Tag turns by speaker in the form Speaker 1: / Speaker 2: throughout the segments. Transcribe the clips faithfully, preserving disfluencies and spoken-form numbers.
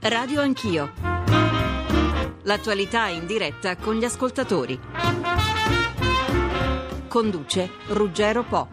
Speaker 1: Radio Anch'io. L'attualità in diretta con gli ascoltatori. Conduce Ruggero Po.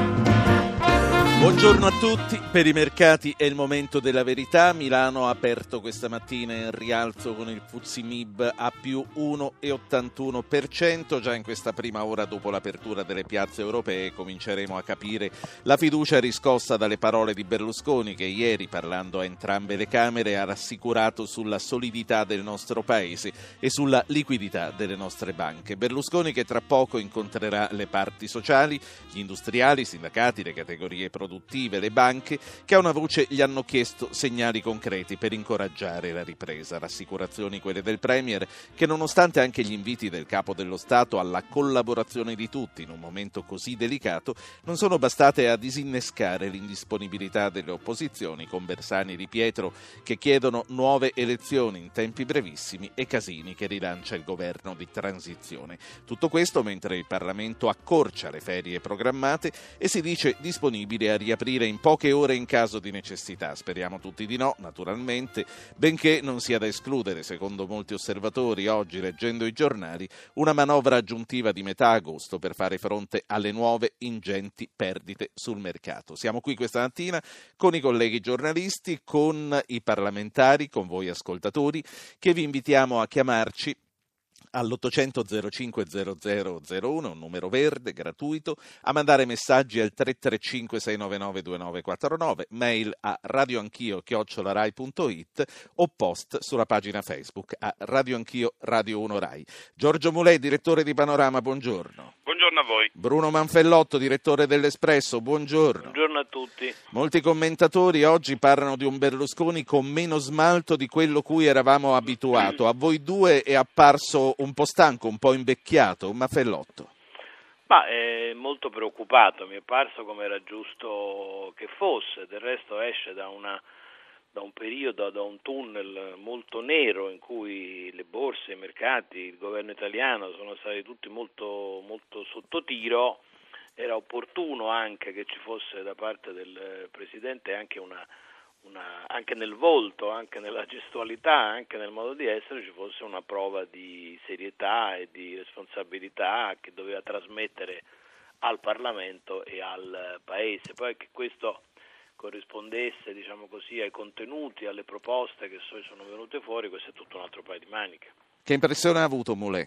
Speaker 2: Buongiorno a tutti. Per i mercati è il momento della verità. Milano ha aperto questa mattina in rialzo con il Fuzzi M I B a più uno virgola ottantuno per cento. Già in questa prima ora dopo l'apertura delle piazze europee cominceremo a capire la fiducia riscossa dalle parole di Berlusconi, che ieri, parlando a entrambe le Camere, ha rassicurato sulla solidità del nostro paese e sulla liquidità delle nostre banche. Berlusconi che tra poco incontrerà le parti sociali, gli industriali, i sindacati, le categorie produttive, le banche, che a una voce gli hanno chiesto segnali concreti per incoraggiare la ripresa. Rassicurazioni quelle del Premier, che nonostante anche gli inviti del Capo dello Stato alla collaborazione di tutti in un momento così delicato, non sono bastate a disinnescare l'indisponibilità delle opposizioni, con Bersani e Di Pietro che chiedono nuove elezioni in tempi brevissimi e Casini che rilancia il governo di transizione. Tutto questo mentre il Parlamento accorcia le ferie programmate e si dice disponibile a riaprire in poche ore in caso di necessità. Speriamo tutti di no, naturalmente, benché non sia da escludere, secondo molti osservatori, oggi leggendo i giornali, una manovra aggiuntiva di metà agosto per fare fronte alle nuove ingenti perdite sul mercato. Siamo qui questa mattina con i colleghi giornalisti, con i parlamentari, con voi ascoltatori, che vi invitiamo a chiamarci all'ottocento zero cinque zero zero zero uno, un numero verde, gratuito, a mandare messaggi al tre tre cinque sei nove nove due nove quattro nove, mail a radioanchio chiocciola rai punto it o post sulla pagina Facebook a Radio Anch'io Radio uno Rai. Giorgio Mulè, direttore di Panorama, buongiorno.
Speaker 3: Buongiorno a voi.
Speaker 2: Bruno Manfellotto, direttore dell'Espresso, buongiorno.
Speaker 3: Buongiorno a tutti.
Speaker 2: Molti commentatori oggi parlano di un Berlusconi con meno smalto di quello cui eravamo abituato. A voi due è apparso un po' stanco, un po' invecchiato, Manfellotto?
Speaker 3: Ma è molto preoccupato, mi è parso come era giusto che fosse, del resto esce da una da un periodo, da un tunnel molto nero in cui le borse, i mercati, il governo italiano sono stati tutti molto, molto sotto tiro. Era opportuno anche che ci fosse da parte del Presidente anche una, una anche nel volto, anche nella gestualità, anche nel modo di essere, ci fosse una prova di serietà e di responsabilità che doveva trasmettere al Parlamento e al Paese. Poi che questo corrispondesse, diciamo così, ai contenuti, alle proposte che sono venute fuori, questo è tutto un altro paio di maniche.
Speaker 2: Che impressione ha avuto Mulè?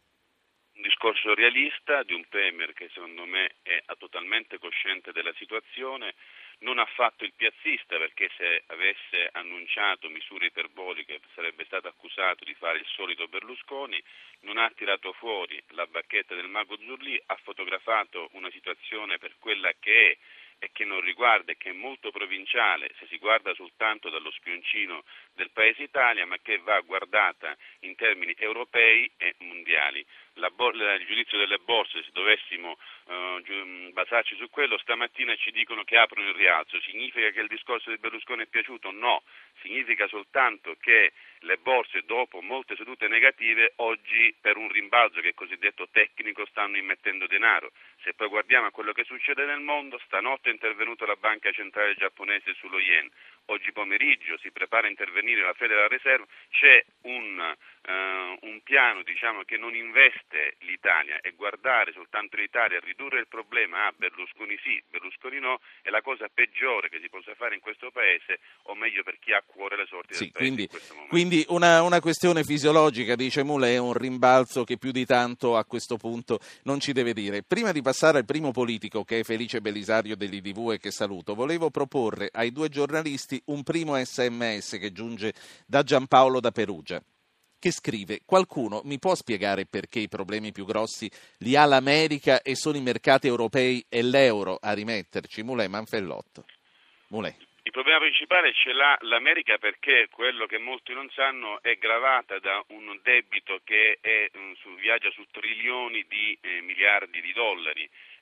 Speaker 4: Un discorso realista di un Premier che secondo me è totalmente cosciente della situazione, non ha fatto il piazzista, perché se avesse annunciato misure iperboliche sarebbe stato accusato di fare il solito Berlusconi, non ha tirato fuori la bacchetta del mago Zurlì, ha fotografato una situazione per quella che è e che non riguarda e che è molto provinciale se si guarda soltanto dallo spioncino del Paese Italia, ma che va guardata in termini europei e mondiali. La bo- il giudizio delle borse, se dovessimo uh, basarci su quello, stamattina ci dicono che aprono il rialzo. Significa che il discorso di Berlusconi è piaciuto? No, significa soltanto che le borse, dopo molte sedute negative, oggi per un rimbalzo che è cosiddetto tecnico stanno immettendo denaro. Se poi guardiamo a quello che succede nel mondo, stanotte è intervenuta la banca centrale giapponese sullo yen, oggi pomeriggio si prepara a intervenire la Federal Reserve, c'è un, uh, un piano diciamo che non investe l'Italia, e guardare soltanto l'Italia, ridurre il problema a Berlusconi sì, Berlusconi no, è la cosa peggiore che si possa fare in questo Paese, o meglio per chi ha a cuore le sorti
Speaker 2: sì,
Speaker 3: del Paese
Speaker 2: quindi,
Speaker 3: in questo momento.
Speaker 2: Quindi una, una questione fisiologica, dice Mulè, un rimbalzo che più di tanto a questo punto non ci deve dire. Prima di passare al primo politico, che è Felice Belisario dell'I D V e che saluto, volevo proporre ai due giornalisti un primo sms che giunge da Giampaolo da Perugia, che scrive: qualcuno mi può spiegare perché i problemi più grossi li ha l'America e sono i mercati europei e l'euro a rimetterci? Mulè, Manfellotto. Mulè.
Speaker 4: Il problema principale ce l'ha l'America, perché quello che molti non sanno è gravata da un debito che è, um, su, viaggia su trilioni di eh, miliardi di dollari,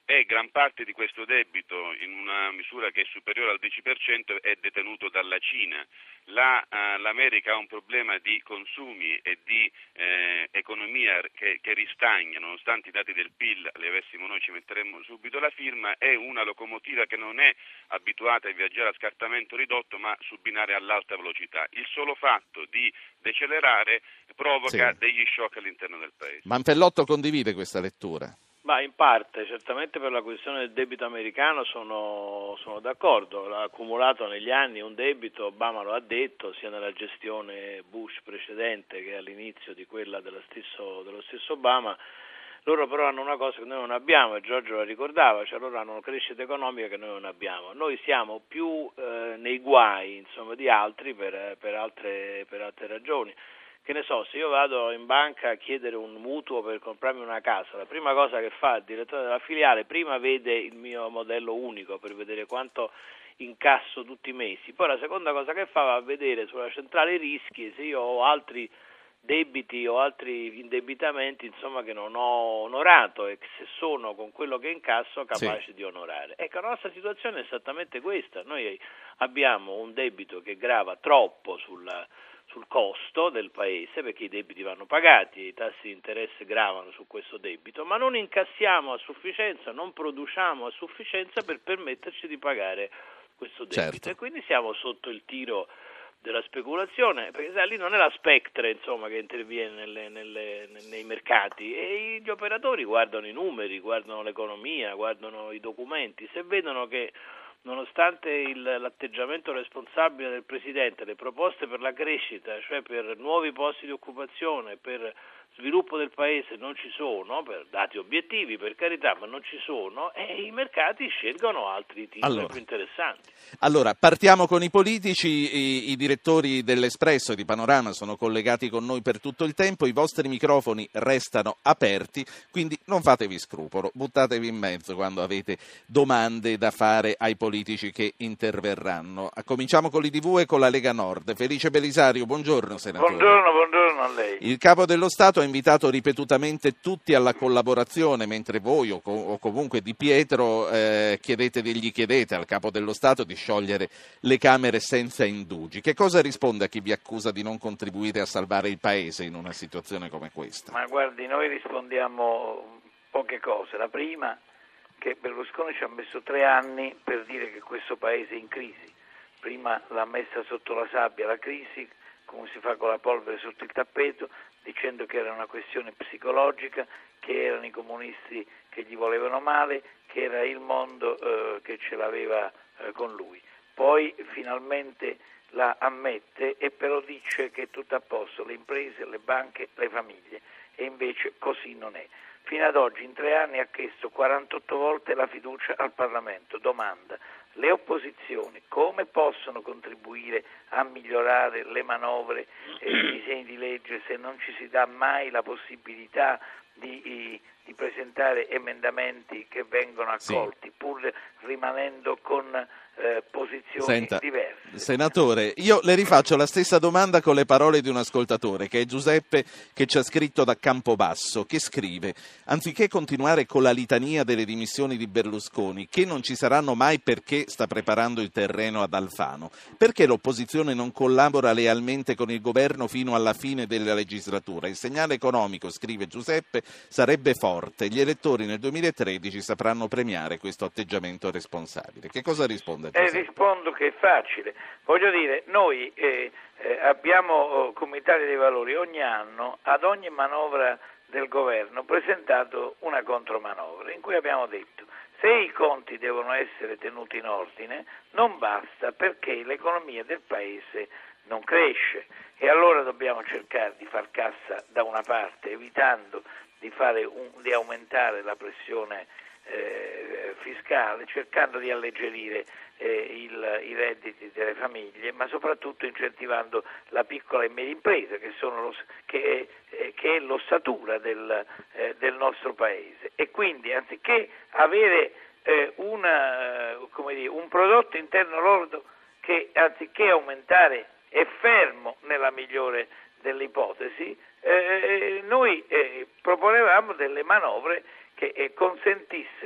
Speaker 4: e gran parte di questo debito, in una misura che è superiore al dieci per cento, è detenuto dalla Cina. La, uh, L'America ha un problema di consumi e di eh, economia che, che ristagna, nonostante i dati del P I L li avessimo noi ci metteremmo subito la firma. È una locomotiva che non è abituata a viaggiare a scartamento ridotto ma su binari all'alta velocità. Il solo fatto di decelerare provoca sì. degli shock all'interno del paese.
Speaker 2: Manfellotto condivide questa lettura?
Speaker 3: Ma in parte, certamente per la questione del debito americano sono, sono d'accordo, l'ha accumulato negli anni un debito, Obama lo ha detto, sia nella gestione Bush precedente che all'inizio di quella dello stesso, dello stesso Obama. Loro però hanno una cosa che noi non abbiamo, e Giorgio la ricordava, cioè loro hanno una crescita economica che noi non abbiamo. Noi siamo più eh, nei guai, insomma, di altri per, per, altre, per altre ragioni. Che ne so, se io vado in banca a chiedere un mutuo per comprarmi una casa, la prima cosa che fa il direttore della filiale, prima vede il mio modello unico per vedere quanto incasso tutti i mesi, poi la seconda cosa che fa va a vedere sulla centrale rischi se io ho altri debiti o altri indebitamenti, insomma, che non ho onorato e se sono con quello che incasso capace sì. di onorare. Ecco, la nostra situazione è esattamente questa, noi abbiamo un debito che grava troppo sulla sul costo del paese, perché i debiti vanno pagati, i tassi di interesse gravano su questo debito, ma non incassiamo a sufficienza, non produciamo a sufficienza per permetterci di pagare questo debito. Certo. E quindi siamo sotto il tiro della speculazione, perché sai, lì non è la Spectre, insomma, che interviene nelle, nelle, nei mercati, e gli operatori guardano i numeri, guardano l'economia, guardano i documenti, se vedono che nonostante il, l'atteggiamento responsabile del Presidente, le proposte per la crescita, cioè per nuovi posti di occupazione, per sviluppo del Paese non ci sono, per dati obiettivi per carità, ma non ci sono, e i mercati scelgono altri titoli allora, più interessanti.
Speaker 2: Allora, partiamo con i politici, I, i direttori dell'Espresso e di Panorama sono collegati con noi per tutto il tempo, i vostri microfoni restano aperti, quindi non fatevi scrupolo, buttatevi in mezzo quando avete domande da fare ai politici che interverranno. Cominciamo con l'I D V e con la Lega Nord. Felice Belisario, buongiorno senatore.
Speaker 5: Buongiorno, buongiorno a lei.
Speaker 2: Il Capo dello Stato ha invitato ripetutamente tutti alla collaborazione, mentre voi o, co- o comunque Di Pietro eh, chiedete, gli chiedete al Capo dello Stato di sciogliere le Camere senza indugi. Che cosa risponde a chi vi accusa di non contribuire a salvare il Paese in una situazione come questa?
Speaker 5: Ma guardi, noi rispondiamo poche cose. La prima, che Berlusconi ci ha messo tre anni per dire che questo Paese è in crisi. Prima l'ha messa sotto la sabbia la crisi, come si fa con la polvere sotto il tappeto, dicendo che era una questione psicologica, che erano i comunisti che gli volevano male, che era il mondo eh, che ce l'aveva eh, con lui. Poi finalmente la ammette e però dice che è tutto a posto, le imprese, le banche, le famiglie, e invece così non è. Fino ad oggi in tre anni ha chiesto quarantotto volte la fiducia al Parlamento. Domanda: le opposizioni come possono contribuire a migliorare le manovre e i disegni di legge se non ci si dà mai la possibilità di, di presentare emendamenti che vengono accolti, sì. pur rimanendo con eh, posizioni
Speaker 2: Senta,
Speaker 5: diverse?
Speaker 2: Senatore, io le rifaccio la stessa domanda con le parole di un ascoltatore, che è Giuseppe, che ci ha scritto da Campobasso, che scrive: anziché continuare con la litania delle dimissioni di Berlusconi, che non ci saranno mai perché sta preparando il terreno ad Alfano, perché l'opposizione non collabora lealmente con il governo fino alla fine della legislatura? Il segnale economico, scrive Giuseppe, sarebbe forte. Gli elettori nel duemilatredici sapranno premiare questo atteggiamento responsabile. Che cosa risponde?
Speaker 5: Eh, rispondo che è facile. Voglio dire, noi eh, eh, abbiamo oh, come Italia dei Valori ogni anno, ad ogni manovra del governo, presentato una contromanovra in cui abbiamo detto: se i conti devono essere tenuti in ordine non basta, perché l'economia del Paese non cresce, e allora dobbiamo cercare di far cassa da una parte, evitando di, fare un, di aumentare la pressione eh, fiscale, cercando di alleggerire eh, il, i redditi delle famiglie, ma soprattutto incentivando la piccola e media impresa, che, sono lo, che, è, eh, che è l'ossatura del, eh, del nostro Paese. E quindi, anziché avere eh, una, come dire, un prodotto interno lordo che, anziché aumentare, è fermo nella migliore delle ipotesi, eh, noi eh, proponevamo delle manovre che eh, consentissero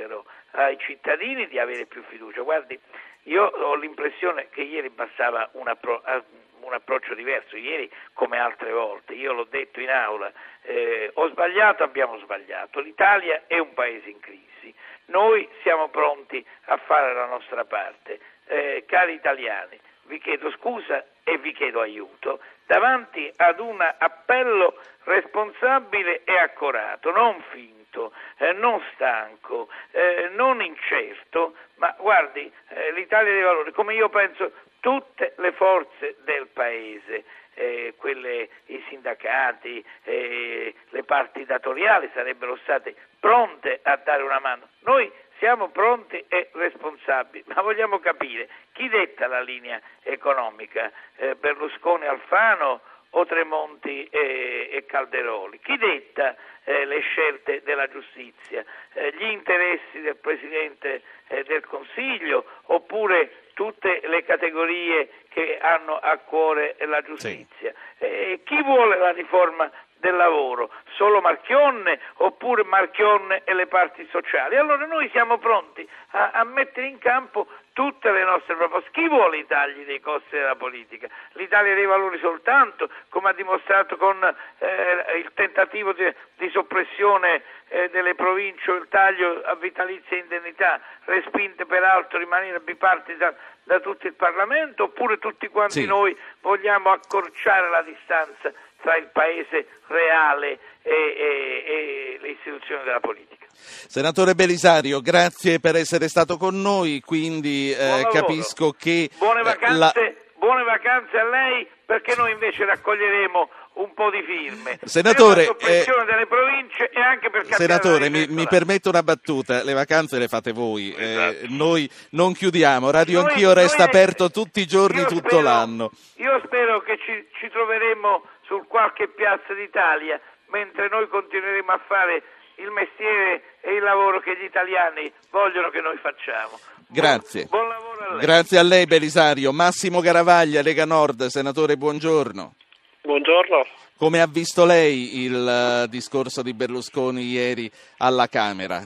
Speaker 5: ai cittadini di avere più fiducia. Guardi, io ho l'impressione che ieri bastava un, appro- un approccio diverso, ieri come altre volte, io l'ho detto in aula, eh, ho sbagliato, abbiamo sbagliato, l'Italia è un paese in crisi, noi siamo pronti a fare la nostra parte, eh, cari italiani, vi chiedo scusa e vi chiedo aiuto davanti ad un appello responsabile e accorato, non finto, eh, non stanco, eh, non incerto, ma guardi, eh, l'Italia dei Valori, come io penso tutte le forze del Paese, eh, quelle, i sindacati, eh, le parti datoriali sarebbero state pronte a dare una mano. Noi siamo pronti e responsabili, ma vogliamo capire chi detta la linea economica, eh, Berlusconi, Alfano o Tremonti e, e Calderoli? Chi detta eh, le scelte della giustizia? Eh, gli interessi del Presidente eh, del Consiglio oppure tutte le categorie che hanno a cuore la giustizia? Sì. Eh, chi vuole la riforma del lavoro? Solo Marchionne oppure Marchionne e le parti sociali? Allora noi siamo pronti a, a mettere in campo tutte le nostre proposte. Chi vuole i tagli dei costi della politica? L'Italia dei Valori soltanto, come ha dimostrato con eh, il tentativo di, di soppressione eh, delle province o il taglio a vitalizie e indennità, respinte peraltro in maniera bipartisan da tutto il Parlamento, oppure tutti quanti sì. noi vogliamo accorciare la distanza tra il paese reale e, e, e le istituzioni della politica.
Speaker 2: Senatore Belisario, grazie per essere stato con noi, quindi eh, capisco che...
Speaker 5: Buone vacanze,
Speaker 2: la...
Speaker 5: buone vacanze a lei, perché noi invece raccoglieremo un po' di firme.
Speaker 2: Senatore,
Speaker 5: per la soppressione eh, delle province e anche per
Speaker 2: senatore, mi, mi permetto una battuta, le vacanze le fate voi, esatto. eh, noi non chiudiamo, Radio noi, Anch'io resta noi, aperto tutti i giorni, tutto
Speaker 5: spero,
Speaker 2: l'anno.
Speaker 5: Io spero che ci, ci troveremo su qualche piazza d'Italia, mentre noi continueremo a fare il mestiere e il lavoro che gli italiani vogliono che noi facciamo.
Speaker 2: Grazie.
Speaker 5: Buon, buon lavoro a lei.
Speaker 2: Grazie a lei Belisario. Massimo Garavaglia, Lega Nord, senatore, buongiorno.
Speaker 6: Buongiorno.
Speaker 2: Come ha visto lei il uh, discorso di Berlusconi ieri alla Camera?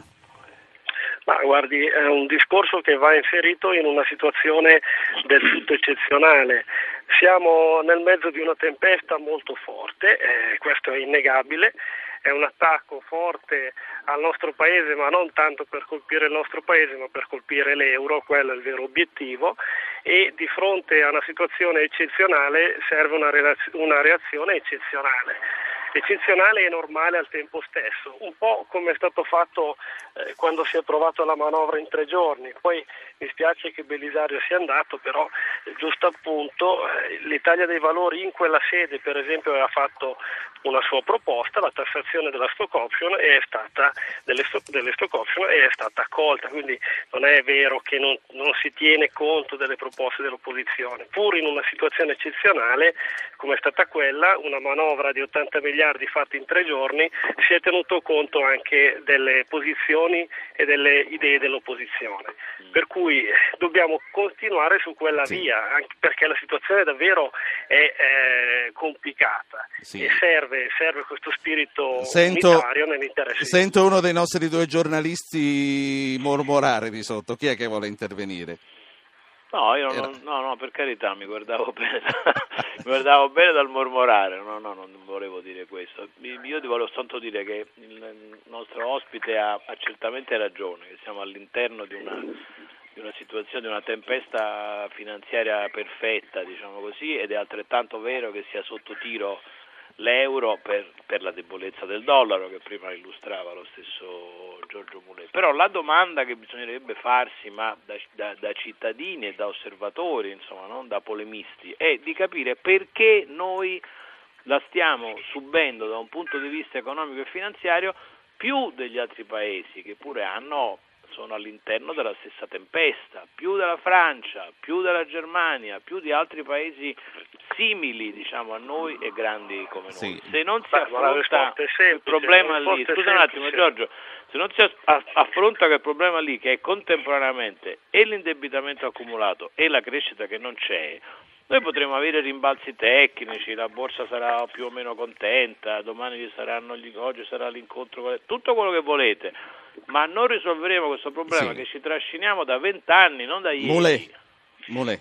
Speaker 6: Ma guardi, è un discorso che va inserito in una situazione del tutto eccezionale. Siamo nel mezzo di una tempesta molto forte, eh, questo è innegabile. È un attacco forte al nostro paese, ma non tanto per colpire il nostro paese, ma per colpire l'euro, quello è il vero obiettivo, e di fronte a una situazione eccezionale serve una, relaz- una reazione eccezionale. Eccezionale e normale al tempo stesso, un po' come è stato fatto eh, quando si è approvato la manovra in tre giorni. Poi mi spiace che Belisario sia andato, però eh, giusto appunto eh, l'Italia dei Valori in quella sede per esempio aveva fatto una sua proposta, la tassazione della stock option, e è stata delle, delle stock option e è stata accolta, quindi non è vero che non, non si tiene conto delle proposte dell'opposizione. Pur in una situazione eccezionale come è stata quella, una manovra di ottanta miliardi fatti in tre giorni, si è tenuto conto anche delle posizioni e delle idee dell'opposizione. Per cui dobbiamo continuare su quella sì. via, anche perché la situazione davvero è eh, complicata sì. e serve, serve questo spirito
Speaker 2: sento,
Speaker 6: unitario nell'interesse.
Speaker 2: Sento uno dei nostri due giornalisti mormorare di sotto. Chi è che vuole intervenire?
Speaker 3: No, io non, no, no, per carità, mi guardavo bene, mi guardavo bene dal mormorare, no, no, non volevo dire questo. Io ti volevo soltanto dire che il nostro ospite ha, ha certamente ragione, che siamo all'interno di una, di una situazione, di una tempesta finanziaria perfetta, diciamo così, ed è altrettanto vero che sia sotto tiro l'euro per, per la debolezza del dollaro che prima illustrava lo stesso Giorgio Mulè. Però la domanda che bisognerebbe farsi, ma da, da, da cittadini e da osservatori, insomma, non da polemisti, è di capire perché noi la stiamo subendo da un punto di vista economico e finanziario più degli altri paesi che pure hanno sono all'interno della stessa tempesta, più della Francia, più della Germania, più di altri paesi simili, diciamo, a noi e grandi come noi. Sì. Se non si affronta il problema lì, scusa un attimo Giorgio, se non si affronta quel problema lì, che è contemporaneamente e l'indebitamento accumulato e la crescita che non c'è, noi potremo avere rimbalzi tecnici, la borsa sarà più o meno contenta, domani ci saranno gli, oggi sarà l'incontro, tutto quello che volete. ma non risolveremo questo problema
Speaker 2: sì.
Speaker 3: che ci trasciniamo da vent'anni, non da ieri.
Speaker 2: Mulè. Mulè.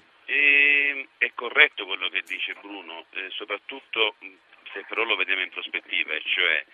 Speaker 4: E, è corretto quello che dice Bruno, eh, soprattutto se però lo vediamo in prospettiva, cioè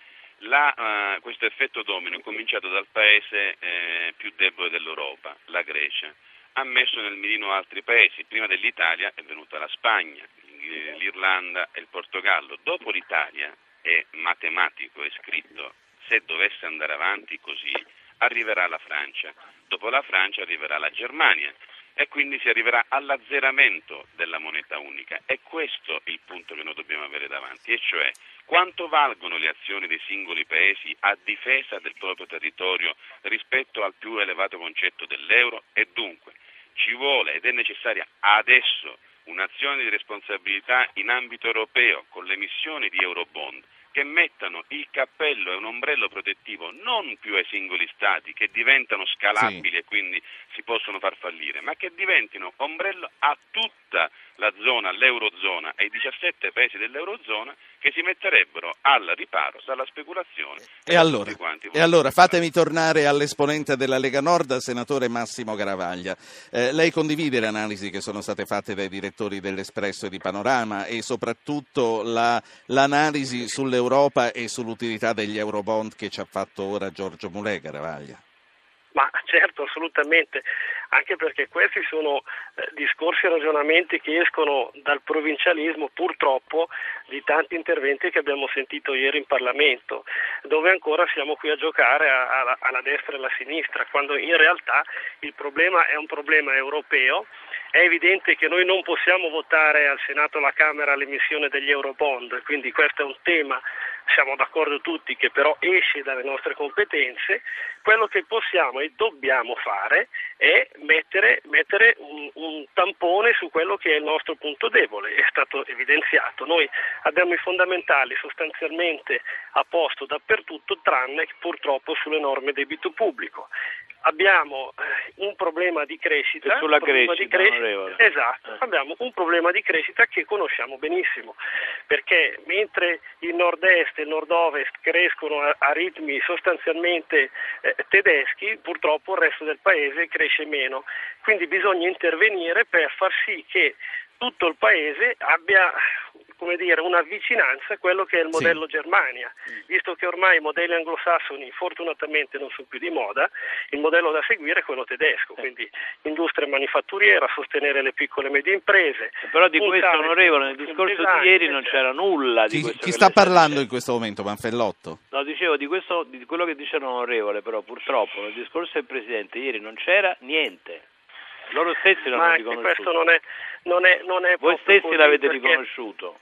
Speaker 4: la, uh, questo effetto domino è cominciato dal paese eh, più debole dell'Europa, la Grecia. Ha messo nel mirino altri paesi, prima dell'Italia è venuta la Spagna, l'Irlanda e il Portogallo. Dopo l'Italia è matematico, è scritto, se dovesse andare avanti così arriverà la Francia, dopo la Francia arriverà la Germania e quindi si arriverà all'azzeramento della moneta unica. È questo il punto che noi dobbiamo avere davanti, e cioè quanto valgono le azioni dei singoli paesi a difesa del proprio territorio rispetto al più elevato concetto dell'euro, e dunque ci vuole ed è necessaria adesso un'azione di responsabilità in ambito europeo con l'emissione di Eurobond che mettano il cappello e un ombrello protettivo non più ai singoli stati che diventano scalabili sì. e quindi si possono far fallire, ma che diventino ombrello a tutta la zona, l'eurozona, ai diciassette paesi dell'eurozona che si metterebbero al riparo dalla speculazione.
Speaker 2: E allora, e allora fatemi tornare all'esponente della Lega Nord, senatore Massimo Garavaglia. Eh, lei condivide le analisi che sono state fatte dai direttori dell'Espresso e di Panorama e soprattutto la, l'analisi sull'Europa e sull'utilità degli Eurobond che ci ha fatto ora Giorgio Mulè, Garavaglia?
Speaker 6: Ma certo, assolutamente, anche perché questi sono eh, discorsi e ragionamenti che escono dal provincialismo, purtroppo, di tanti interventi che abbiamo sentito ieri in Parlamento, dove ancora siamo qui a giocare a, a, alla destra e alla sinistra, quando in realtà il problema è un problema europeo. È evidente che noi non possiamo votare al Senato e alla Camera l'emissione degli Eurobond, quindi questo è un tema, siamo d'accordo tutti, che però esce dalle nostre competenze. Quello che possiamo e dobbiamo fare è mettere, mettere un, un tampone su quello che è il nostro punto debole, è stato evidenziato. Noi abbiamo i fondamentali sostanzialmente a posto dappertutto, tranne che purtroppo sulle norme debito pubblico. Abbiamo un problema di crescita,
Speaker 3: e sulla
Speaker 6: problema
Speaker 3: crescita,
Speaker 6: di crescita esatto, eh. abbiamo un problema di crescita che conosciamo benissimo, perché mentre il nord-est e il nord-ovest crescono a, a ritmi sostanzialmente eh, tedeschi, purtroppo il resto del paese cresce meno, quindi bisogna intervenire per far sì che tutto il paese abbia, come dire, una vicinanza a quello che è il modello sì. Germania, visto che ormai i modelli anglosassoni fortunatamente non sono più di moda, il modello da seguire è quello tedesco, quindi industria manifatturiera, sostenere le piccole e medie imprese.
Speaker 3: Però di questo, onorevole, nel discorso pesante, di ieri non c'era nulla di
Speaker 2: chi,
Speaker 3: questo.
Speaker 2: Chi sta parlando in questo momento, Manfellotto?
Speaker 3: No, dicevo di questo, di quello che dice l'onorevole, però purtroppo nel discorso del Presidente ieri non c'era niente. Loro stessi l'hanno riconosciuto.
Speaker 6: Questo non è, non è, non è
Speaker 3: Voi stessi
Speaker 6: così,
Speaker 3: l'avete
Speaker 6: perché...
Speaker 3: riconosciuto.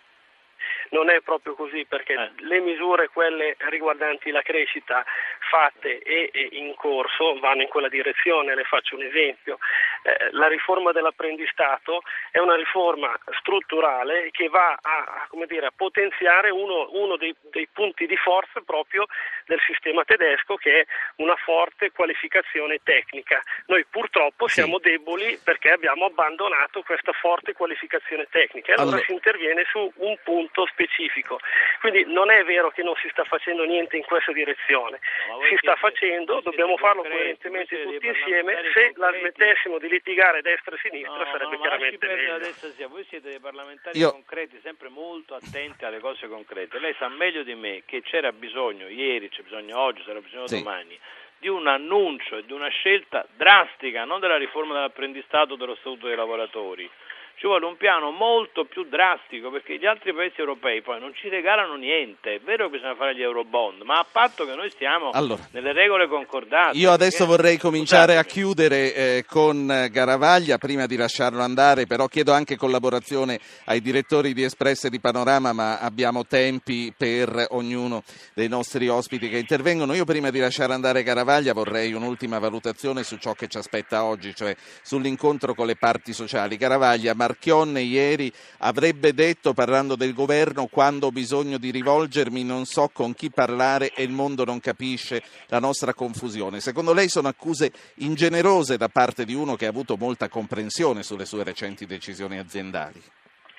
Speaker 6: Non è proprio così, perché eh. le misure, quelle riguardanti la crescita fatte e, e in corso, vanno in quella direzione. Le faccio un esempio. Eh, la riforma dell'apprendistato è una riforma strutturale che va a, a, come dire, a potenziare uno, uno dei, dei punti di forza proprio del sistema tedesco, che è una forte qualificazione tecnica. Noi purtroppo sì. siamo deboli perché abbiamo abbandonato questa forte qualificazione tecnica, e allora, allora si interviene su un punto specifico. Quindi non è vero che non si sta facendo niente in questa direzione, no, si sta facendo, dobbiamo farlo coerentemente tutti insieme. Se la smettessimo di litigare destra e sinistra no, sarebbe no, chiaramente meglio.
Speaker 3: Sia. Voi siete dei parlamentari
Speaker 2: Io...
Speaker 3: concreti, sempre molto attenti alle cose concrete. Lei sa meglio di me che c'era bisogno ieri, c'è bisogno oggi, sarà bisogno sì. domani, di un annuncio e di una scelta drastica, non della riforma dell'apprendistato o dello statuto dei lavoratori. Ci vuole un piano molto più drastico, perché gli altri paesi europei poi non ci regalano niente. È vero che bisogna fare gli Eurobond, ma a patto che noi stiamo allora, nelle regole concordate.
Speaker 2: Io adesso
Speaker 3: perché...
Speaker 2: vorrei cominciare Scusatemi. a chiudere eh, con Garavaglia, prima di lasciarlo andare, però chiedo anche collaborazione ai direttori di Espresso e di Panorama, ma abbiamo tempi per ognuno dei nostri ospiti che intervengono. Io prima di lasciare andare Garavaglia vorrei un'ultima valutazione su ciò che ci aspetta oggi, cioè sull'incontro con le parti sociali. Garavaglia, ma Marchionne ieri avrebbe detto, parlando del governo: quando ho bisogno di rivolgermi non so con chi parlare e il mondo non capisce la nostra confusione. Secondo lei sono accuse ingenerose da parte di uno che ha avuto molta comprensione sulle sue recenti decisioni aziendali?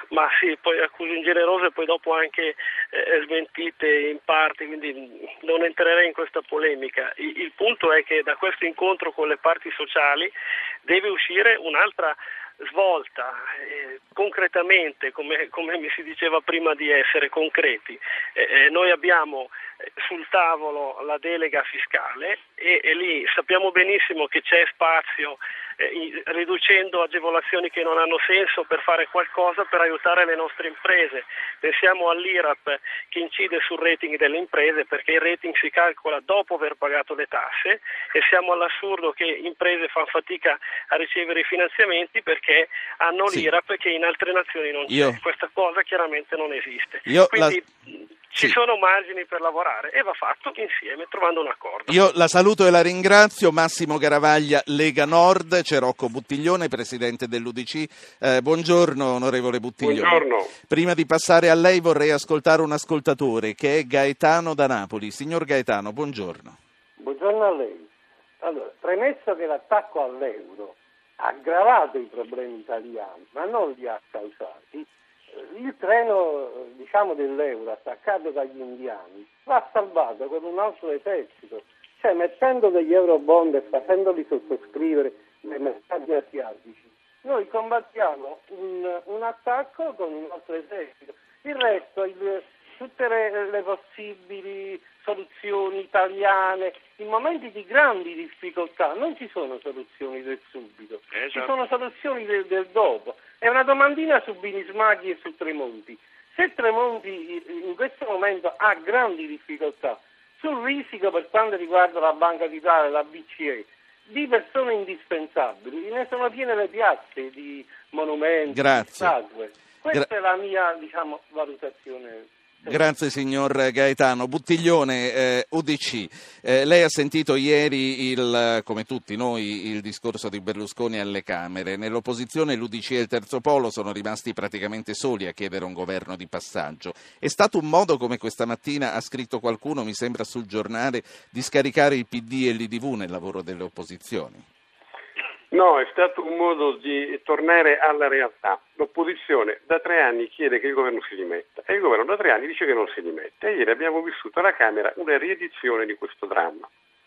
Speaker 6: ma sì, poi accuse ingenerose e poi dopo anche eh, smentite in parte, quindi non entrerei in questa polemica. Il, il punto è che da questo incontro con le parti sociali deve uscire un'altra svolta, eh, concretamente, come, come mi si diceva prima, di essere concreti. Eh, eh, noi abbiamo sul tavolo la delega fiscale e, e lì sappiamo benissimo che c'è spazio, eh, riducendo agevolazioni che non hanno senso, per fare qualcosa per aiutare le nostre imprese. Pensiamo all'I R A P che incide sul rating delle imprese, perché il rating si calcola dopo aver pagato le tasse, e siamo all'assurdo che imprese fanno fatica a ricevere i finanziamenti perché hanno
Speaker 2: sì.
Speaker 6: l'I R A P che in altre nazioni non c'è.
Speaker 2: Io...
Speaker 6: Questa cosa chiaramente non esiste.
Speaker 2: Io
Speaker 6: Quindi
Speaker 2: la...
Speaker 6: ci
Speaker 2: sì.
Speaker 6: sono margini per lavorare e va fatto insieme, trovando un accordo.
Speaker 2: Io la saluto e la ringrazio. Massimo Garavaglia, Lega Nord, c'è Rocco Buttiglione, presidente dell'U D C. Eh, buongiorno onorevole Buttiglione.
Speaker 7: Buongiorno.
Speaker 2: Prima di passare a lei vorrei ascoltare un ascoltatore che è Gaetano da Napoli. Signor Gaetano, buongiorno.
Speaker 7: Buongiorno a lei. Allora, premesso che l'attacco all'euro ha aggravato i problemi italiani, ma non li ha causati, il treno, diciamo, dell'euro attaccato dagli indiani va salvato con un altro esercito, cioè mettendo degli eurobond e facendoli sottoscrivere nei mercati asiatici. Noi combattiamo un, un attacco con un altro esercito. Il resto, il, tutte le, le possibili soluzioni italiane, in momenti di grandi difficoltà non ci sono soluzioni del subito, esatto. Ci sono soluzioni del, del dopo. È una domandina su Binismaghi e su Tremonti. Se Tremonti in questo momento ha grandi difficoltà sul risico per quanto riguarda la Banca d'Italia e la B C E di persone indispensabili, ne sono piene le piazze di monumenti,
Speaker 2: Grazie.
Speaker 7: di statue. Questa
Speaker 2: Gra-
Speaker 7: è la mia, diciamo, valutazione.
Speaker 2: Grazie signor Gaetano. Buttiglione, eh, U D C, eh, lei ha sentito ieri, il, come tutti noi, il discorso di Berlusconi alle Camere. Nell'opposizione l'U D C e il Terzo Polo sono rimasti praticamente soli a chiedere un governo di passaggio. È stato un modo, come questa mattina ha scritto qualcuno, mi sembra sul giornale, di scaricare il P D e l'I D V nel lavoro delle opposizioni?
Speaker 8: No, è stato un modo di tornare alla realtà. L'opposizione da tre anni chiede che il governo si dimetta e il governo da tre anni dice che non si dimette. E ieri abbiamo vissuto alla Camera una riedizione di questo dramma.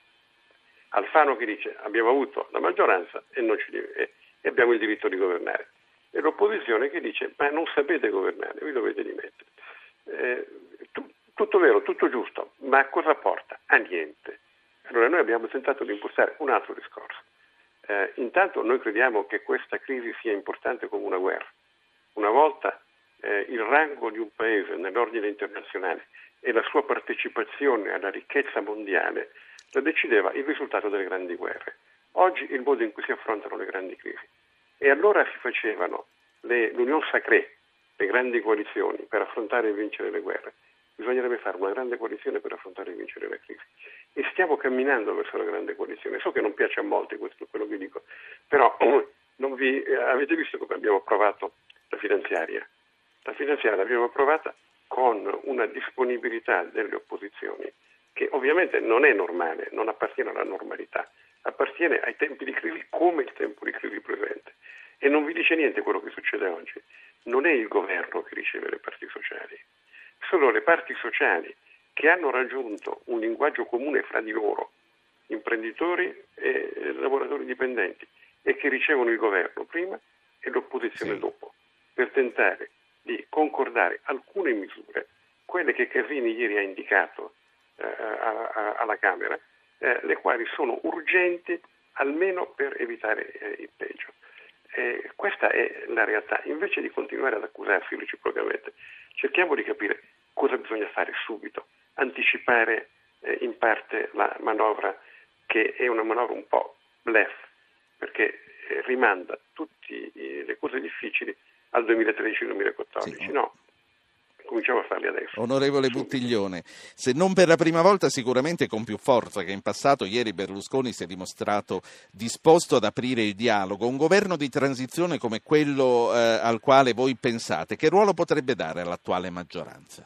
Speaker 8: Alfano che dice abbiamo avuto la maggioranza e, non ci, e, e abbiamo il diritto di governare. E l'opposizione che dice ma non sapete governare, vi dovete dimettere. Eh, tu, tutto vero, tutto giusto, ma cosa porta? A niente. Allora noi abbiamo tentato di impostare un altro discorso. Eh, intanto noi crediamo che questa crisi sia importante come una guerra. Una volta eh, il rango di un paese nell'ordine internazionale e la sua partecipazione alla ricchezza mondiale la decideva il risultato delle grandi guerre. Oggi il modo in cui si affrontano le grandi crisi. E allora si facevano le, l'union sacrée, le grandi coalizioni per affrontare e vincere le guerre. Bisognerebbe fare una grande coalizione per affrontare e vincere la crisi. E stiamo camminando verso la grande coalizione. So che non piace a molti questo quello che dico, però non vi eh, avete visto come abbiamo approvato la finanziaria? La finanziaria l'abbiamo approvata con una disponibilità delle opposizioni che ovviamente non è normale, non appartiene alla normalità, appartiene ai tempi di crisi come il tempo di crisi presente. E non vi dice niente quello che succede oggi. Non è il governo che riceve le parti sociali, sono le parti sociali che hanno raggiunto un linguaggio comune fra di loro, imprenditori e lavoratori dipendenti, e che ricevono il governo prima e l'opposizione
Speaker 2: sì.
Speaker 8: dopo, per tentare di concordare alcune misure, quelle che Casini ieri ha indicato eh, a, a, alla Camera, eh, le quali sono urgenti almeno per evitare eh, il peggio. Eh, questa è la realtà. Invece di continuare ad accusarsi reciprocamente, cerchiamo di capire cosa bisogna fare subito, anticipare eh, in parte la manovra, che è una manovra un po' bluff, perché eh, rimanda tutte le cose difficili al duemilatredici duemilaquattordici. Sì. No, cominciamo a farli adesso.
Speaker 2: Onorevole
Speaker 8: subito.
Speaker 2: Buttiglione, se non per la prima volta, sicuramente con più forza che in passato, ieri Berlusconi si è dimostrato disposto ad aprire il dialogo. Un governo di transizione come quello eh, al quale voi pensate, che ruolo potrebbe dare all'attuale maggioranza?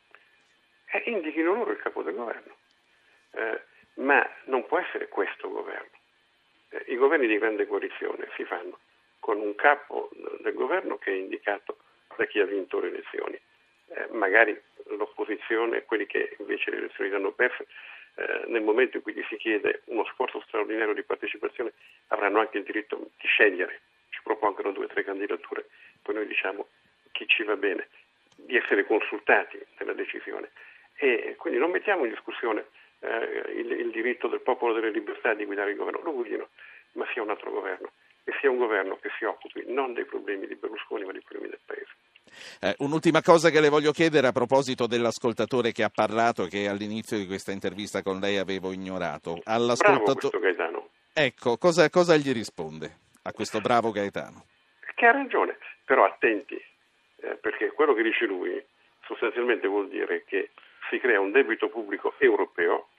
Speaker 8: Eh, indichino loro il capo del governo, eh, ma non può essere questo governo. Eh, I governi di grande coalizione si fanno con un capo del governo che è indicato da chi ha vinto le elezioni. Eh, magari l'opposizione, quelli che invece le elezioni le hanno perse, eh, nel momento in cui gli si chiede uno sforzo straordinario di partecipazione, avranno anche il diritto di scegliere. Ci propongono due o tre candidature, poi noi diciamo chi ci va bene, di essere consultati nella decisione. E quindi non mettiamo in discussione eh, il, il diritto del popolo delle libertà di guidare il governo, lo guidino, ma sia un altro governo, e sia un governo che si occupi non dei problemi di Berlusconi ma dei problemi del Paese.
Speaker 2: Eh, un'ultima cosa che le voglio chiedere a proposito dell'ascoltatore che ha parlato e che all'inizio di questa intervista con lei avevo ignorato.
Speaker 8: Bravo questo Gaetano.
Speaker 2: Ecco, cosa, cosa gli risponde a questo bravo Gaetano?
Speaker 8: Che ha ragione, però attenti, eh, perché quello che dice lui sostanzialmente vuol dire che si crea un debito pubblico europeo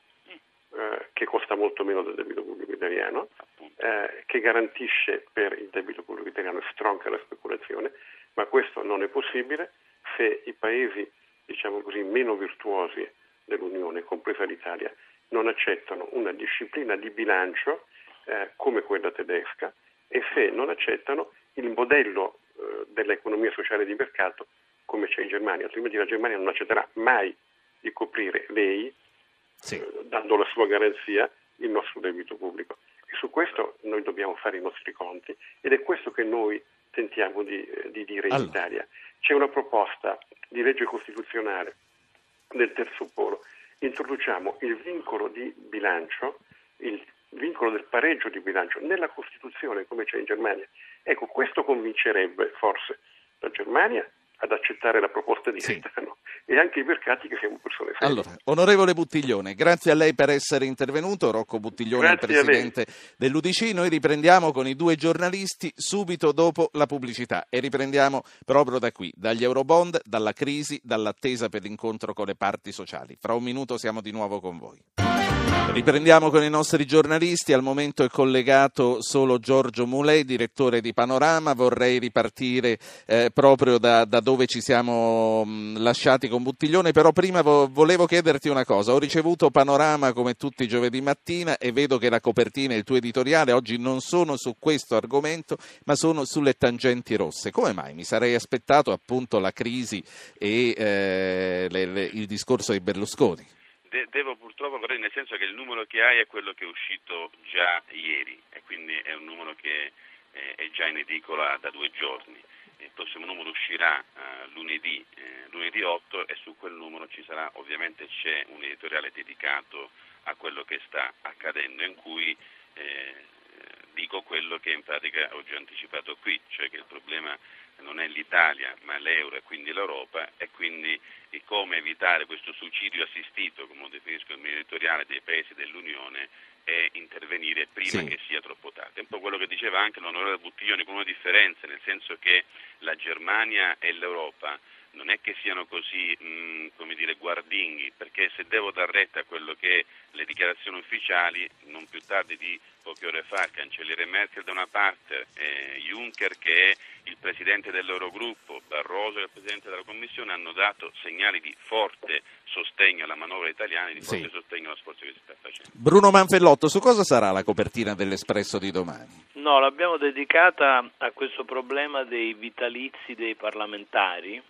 Speaker 8: eh, che costa molto meno del debito pubblico italiano, eh, che garantisce per il debito pubblico italiano e stronca la speculazione, ma questo non è possibile se i paesi, diciamo così, meno virtuosi dell'Unione, compresa l'Italia, non accettano una disciplina di bilancio eh, come quella tedesca e se non accettano il modello eh, dell'economia sociale di mercato come c'è in Germania, altrimenti la Germania non accetterà mai di coprire lei, sì. eh, dando la sua garanzia, il nostro debito pubblico. E su questo noi dobbiamo fare i nostri conti ed è questo che noi tentiamo di, di dire in allora. Italia. C'è una proposta di legge costituzionale del terzo polo. Introduciamo il vincolo di bilancio, il vincolo del pareggio di bilancio nella Costituzione come c'è in Germania. Ecco, questo convincerebbe forse la Germania ad accettare la proposta di Gaetano sì. e anche i mercati che siamo persone serie.
Speaker 2: Allora, onorevole Buttiglione, grazie a lei per essere intervenuto. Rocco Buttiglione, grazie il presidente dell'U D C. Noi riprendiamo con i due giornalisti subito dopo la pubblicità e riprendiamo proprio da qui, dagli Eurobond, dalla crisi, dall'attesa per l'incontro con le parti sociali. Fra un minuto siamo di nuovo con voi. Riprendiamo con i nostri giornalisti, al momento è collegato solo Giorgio Mulè, direttore di Panorama. Vorrei ripartire eh, proprio da, da dove ci siamo mh, lasciati con Buttiglione, però prima vo- volevo chiederti una cosa. Ho ricevuto Panorama come tutti i giovedì mattina e vedo che la copertina e il tuo editoriale oggi non sono su questo argomento ma sono sulle tangenti rosse. Come mai? Mi sarei aspettato appunto la crisi e eh, le, le, il discorso di Berlusconi.
Speaker 4: De- devo purtroppo correggere, nel senso che il numero che hai è quello che è uscito già ieri e quindi è un numero che eh, è già in edicola da due giorni. Il prossimo numero uscirà eh, lunedì, eh, lunedì otto e su quel numero ci sarà, ovviamente c'è un editoriale dedicato a quello che sta accadendo in cui eh, dico quello che in pratica ho già anticipato qui, cioè che il problema non è l'Italia ma l'euro e quindi l'Europa e quindi e come evitare questo suicidio assistito, come lo definisco il mio editoriale, dei paesi dell'Unione e intervenire prima sì. che sia troppo tardi. È un po' quello che diceva anche l'onorevole Buttiglione, con una differenza, nel senso che la Germania e l'Europa non è che siano così, mh, come dire, guardinghi, perché se devo dar retta a quello che le dichiarazioni ufficiali, non più tardi di poche ore fa, il cancelliere Merkel da una parte, eh, Juncker che è il presidente dell'Eurogruppo, Barroso che è il presidente della Commissione, hanno dato segnali di forte sostegno alla manovra italiana e di forte sì. sostegno allo sforzo che si sta facendo.
Speaker 2: Bruno Manfellotto, su cosa sarà la copertina dell'Espresso di domani?
Speaker 3: No, l'abbiamo dedicata a questo problema dei vitalizi dei parlamentari,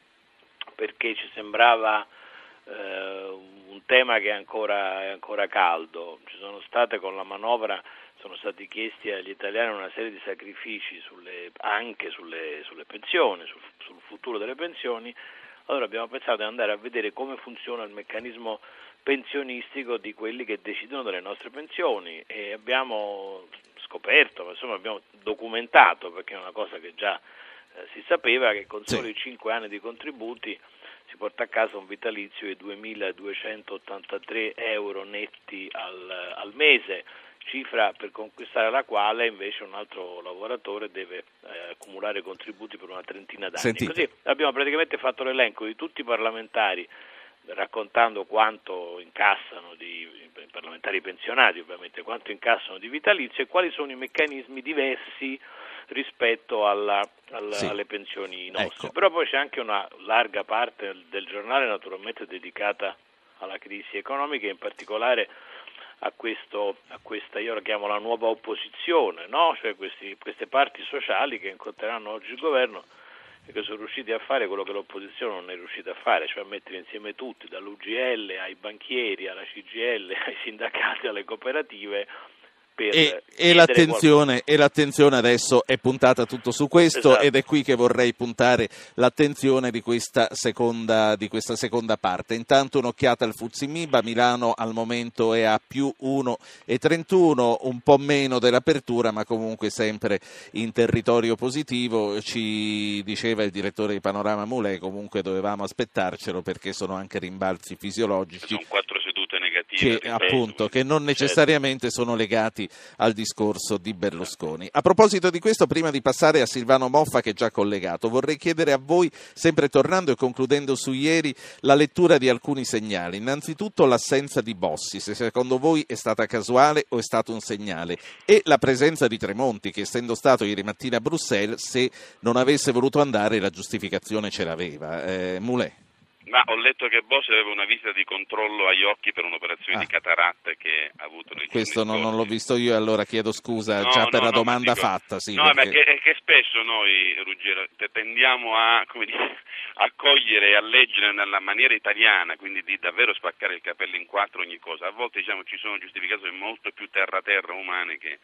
Speaker 3: perché ci sembrava eh, un tema che è ancora, è ancora caldo. Ci sono state con la manovra, sono stati chiesti agli italiani una serie di sacrifici sulle, anche sulle, sulle pensioni, sul, sul futuro delle pensioni. Allora abbiamo pensato di andare a vedere come funziona il meccanismo pensionistico di quelli che decidono delle nostre pensioni e abbiamo scoperto, insomma abbiamo documentato, perché è una cosa che già Eh, si sapeva, che con soli sì. cinque anni di contributi si porta a casa un vitalizio di duemiladuecentottantatré euro netti al, al mese, cifra per conquistare la quale invece un altro lavoratore deve eh, accumulare contributi per una trentina d'anni.
Speaker 2: Sentite.
Speaker 3: Così abbiamo praticamente fatto l'elenco di tutti i parlamentari, raccontando quanto incassano di i parlamentari pensionati, ovviamente, quanto incassano di vitalizio e quali sono i meccanismi diversi rispetto alla, alla, sì. alle pensioni nostre. Ecco. Però poi c'è anche una larga parte del giornale naturalmente dedicata alla crisi economica e in particolare a questo, a questa, io la chiamo la nuova opposizione, no? Cioè questi, queste parti sociali che incontreranno oggi il governo, perché sono riusciti a fare quello che l'opposizione non è riuscita a fare, cioè a mettere insieme tutti, dall'U G L ai banchieri, alla C G I L, ai sindacati, alle cooperative.
Speaker 2: E, e, l'attenzione, e l'attenzione adesso è puntata tutto su questo, esatto. Ed è qui che vorrei puntare l'attenzione di questa seconda, di questa seconda parte. Intanto un'occhiata al F T S E M I B, a Milano al momento è a più uno virgola trentuno, un po' meno dell'apertura ma comunque sempre in territorio positivo. Ci diceva il direttore di Panorama Mulè, comunque dovevamo aspettarcelo perché sono anche rimbalzi fisiologici.
Speaker 4: Sono quattro sedute negative.
Speaker 2: Che, appunto, che non necessariamente sono legati al discorso di Berlusconi. A proposito di questo, prima di passare a Silvano Moffa che è già collegato, vorrei chiedere a voi, sempre tornando e concludendo su ieri, la lettura di alcuni segnali. Innanzitutto l'assenza di Bossi, se secondo voi è stata casuale o è stato un segnale, e la presenza di Tremonti che, essendo stato ieri mattina a Bruxelles, se non avesse voluto andare la giustificazione ce l'aveva. Eh, Mulè.
Speaker 4: Ma ho letto che Bossi aveva una visita di controllo agli occhi per un'operazione
Speaker 2: ah.
Speaker 4: di cataratta che ha avuto nei
Speaker 2: Questo non,
Speaker 4: giorni
Speaker 2: non l'ho visto io, allora chiedo scusa no, già per
Speaker 4: no,
Speaker 2: la
Speaker 4: no,
Speaker 2: domanda
Speaker 4: dico,
Speaker 2: fatta. Sì,
Speaker 4: no,
Speaker 2: perché...
Speaker 4: perché è che spesso noi, Ruggero, tendiamo a, come dire, a cogliere e a leggere nella maniera italiana, quindi di davvero spaccare il capello in quattro ogni cosa. A volte diciamo ci sono giustificazioni molto più terra-terra umane che...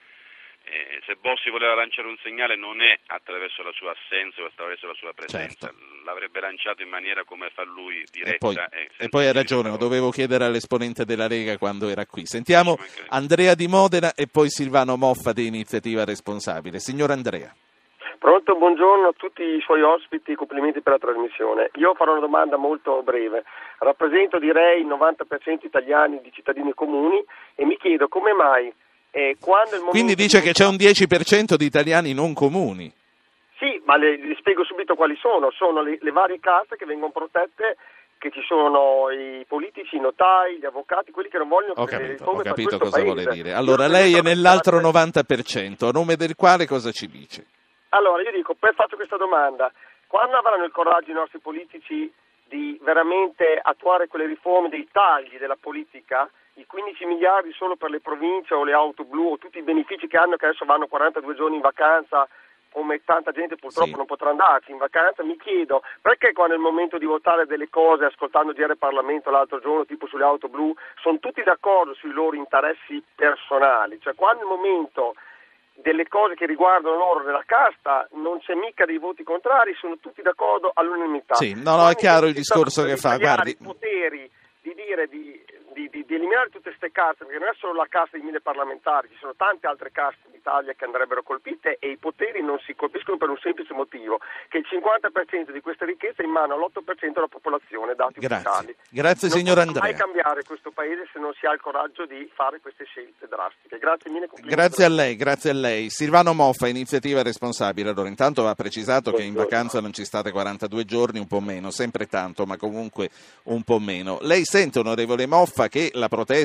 Speaker 4: Eh, se Bossi voleva lanciare un segnale non è attraverso la sua assenza o attraverso la sua presenza, certo. L'avrebbe lanciato in maniera come fa lui, diretta.
Speaker 2: E poi,
Speaker 4: e
Speaker 2: e poi hai ragione, lo dovevo chiedere all'esponente della Lega quando era qui. Sentiamo Andrea di Modena e poi Silvano Moffa di Iniziativa Responsabile. Signor Andrea.
Speaker 9: Pronto, buongiorno a tutti i suoi ospiti, complimenti per la trasmissione. Io farò una domanda molto breve. Rappresento direi il novanta per cento italiani di cittadini comuni e mi chiedo come mai Eh, quando il
Speaker 2: Quindi dice di... che c'è un dieci per cento di italiani non comuni.
Speaker 9: Sì, ma le, le spiego subito quali sono. Sono le, le varie caste che vengono protette, che ci sono i politici, i notai, gli avvocati, quelli che non vogliono
Speaker 2: ho
Speaker 9: che
Speaker 2: capito,
Speaker 9: riforme
Speaker 2: ho capito cosa
Speaker 9: paese.
Speaker 2: vuole dire. Allora lei è nell'altro novanta per cento, a nome del quale cosa ci dice?
Speaker 9: Allora io dico, per faccio questa domanda, quando avranno il coraggio i nostri politici di veramente attuare quelle riforme dei tagli della politica, i quindici miliardi solo per le province o le auto blu o tutti i benefici che hanno, che adesso vanno quarantadue giorni in vacanza, come tanta gente purtroppo sì. non potrà andarci in vacanza, mi chiedo perché quando è il momento di votare delle cose, ascoltando G R Parlamento l'altro giorno tipo sulle auto blu, sono tutti d'accordo sui loro interessi personali, cioè quando è il momento delle cose che riguardano loro della casta non c'è mica dei voti contrari, sono tutti d'accordo all'unanimità.
Speaker 2: Sì, no, no, è chiaro il discorso che fa, guardi.
Speaker 9: I poteri di dire di Di, di, di eliminare tutte queste caste, perché non è solo la casta dei mille parlamentari, ci sono tante altre caste in Italia che andrebbero colpite e i poteri non si colpiscono per un semplice motivo, che il cinquanta per cento di queste ricchezze è in mano all'otto per cento della popolazione, dati ufficiali.
Speaker 2: Grazie
Speaker 9: non
Speaker 2: signor Andrea.
Speaker 9: Non può mai cambiare questo paese se non si ha il coraggio di fare queste scelte drastiche. Grazie mille.
Speaker 2: Grazie a lei, grazie a lei. Silvano Moffa, Iniziativa Responsabile. Allora, intanto va precisato che in vacanza non ci state quarantadue giorni, un po' meno, sempre tanto, ma comunque un po' meno. Lei sente, onorevole Moffa, che la protesta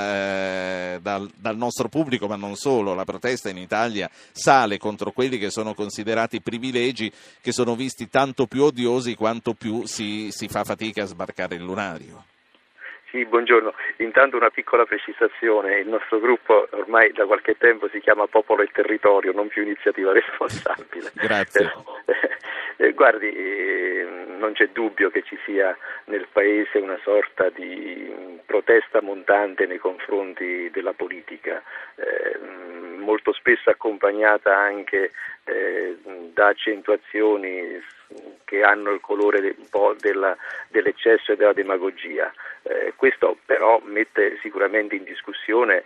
Speaker 2: eh, dal, dal nostro pubblico, ma non solo, la protesta in Italia sale contro quelli che sono considerati privilegi, che sono visti tanto più odiosi quanto più si, si fa fatica a sbarcare il lunario.
Speaker 10: Sì, buongiorno. Intanto una piccola precisazione, il nostro gruppo ormai da qualche tempo si chiama Popolo e Territorio, non più Iniziativa Responsabile.
Speaker 2: Grazie.
Speaker 10: Eh, guardi, eh, non c'è dubbio che ci sia nel Paese una sorta di protesta montante nei confronti della politica, eh, molto spesso accompagnata anche eh, da accentuazioni che hanno il colore de, un po' della, dell'eccesso e della demagogia. Eh, questo però mette sicuramente in discussione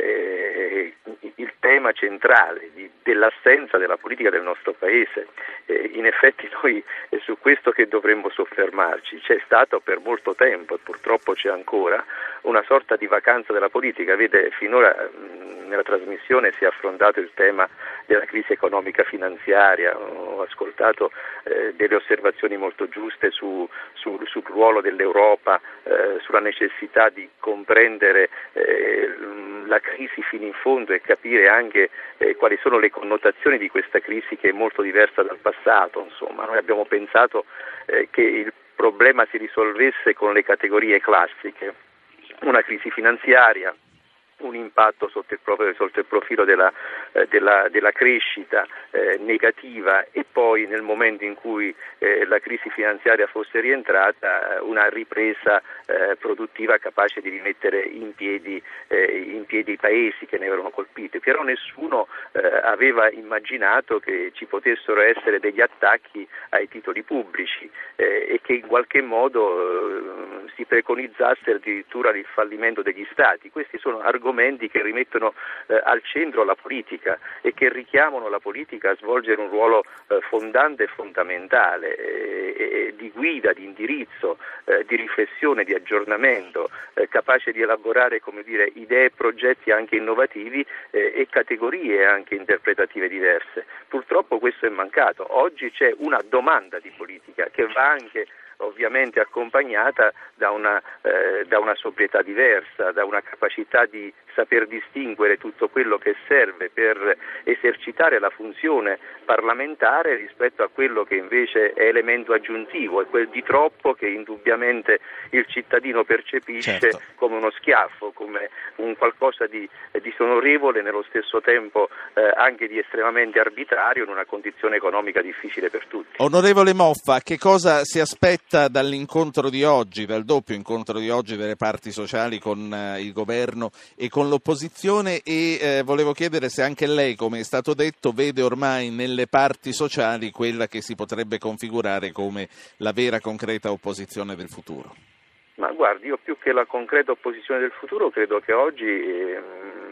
Speaker 10: eh, il tema centrale di, dell'assenza della politica del nostro Paese. Eh, in effetti noi è su questo che dovremmo soffermarci. C'è stato per molto tempo e purtroppo c'è ancora una sorta di vacanza della politica. Vede, finora mh, nella trasmissione si è affrontato il tema della crisi economica finanziaria, ho ascoltato eh, delle osservazioni molto giuste su, su, sul ruolo dell'Europa, eh, sulla necessità di comprendere eh, la crisi fino in fondo e capire anche eh, quali sono le connotazioni di questa crisi che è molto diversa dal passato. Insomma, noi abbiamo pensato eh, che il problema si risolvesse con le categorie classiche, una crisi finanziaria, un impatto sotto il, proprio, sotto il profilo della, eh, della, della crescita eh, negativa, e poi nel momento in cui eh, la crisi finanziaria fosse rientrata una ripresa eh, produttiva capace di rimettere in piedi, eh, in piedi i paesi che ne erano colpiti. Però nessuno eh, aveva immaginato che ci potessero essere degli attacchi ai titoli pubblici eh, e che in qualche modo eh, si preconizzasse addirittura il fallimento degli Stati. Questi sono argomenti che rimettono eh, al centro la politica e che richiamano la politica a svolgere un ruolo eh, fondante e fondamentale, eh, eh, di guida, di indirizzo, eh, di riflessione, di aggiornamento, eh, capace di elaborare, come dire, idee e progetti anche innovativi eh, e categorie anche interpretative diverse. Purtroppo questo è mancato. Oggi c'è una domanda di politica che va anche ovviamente accompagnata da una, eh, da una sobrietà diversa, da una capacità di saper distinguere tutto quello che serve per esercitare la funzione parlamentare rispetto a quello che invece è elemento aggiuntivo, è quel di troppo che indubbiamente il cittadino percepisce certo. come uno schiaffo, come un qualcosa di disonorevole, nello stesso tempo eh, anche di estremamente arbitrario in una condizione economica difficile per tutti.
Speaker 2: Onorevole Moffa, che cosa si aspetta dall'incontro di oggi, dal doppio incontro di oggi delle parti sociali con eh, il governo e con l'opposizione, e eh, volevo chiedere se anche lei, come è stato detto, vede ormai nelle parti sociali quella che si potrebbe configurare come la vera concreta opposizione del futuro.
Speaker 10: Ma guardi, io più che la concreta opposizione del futuro credo che oggi ehm,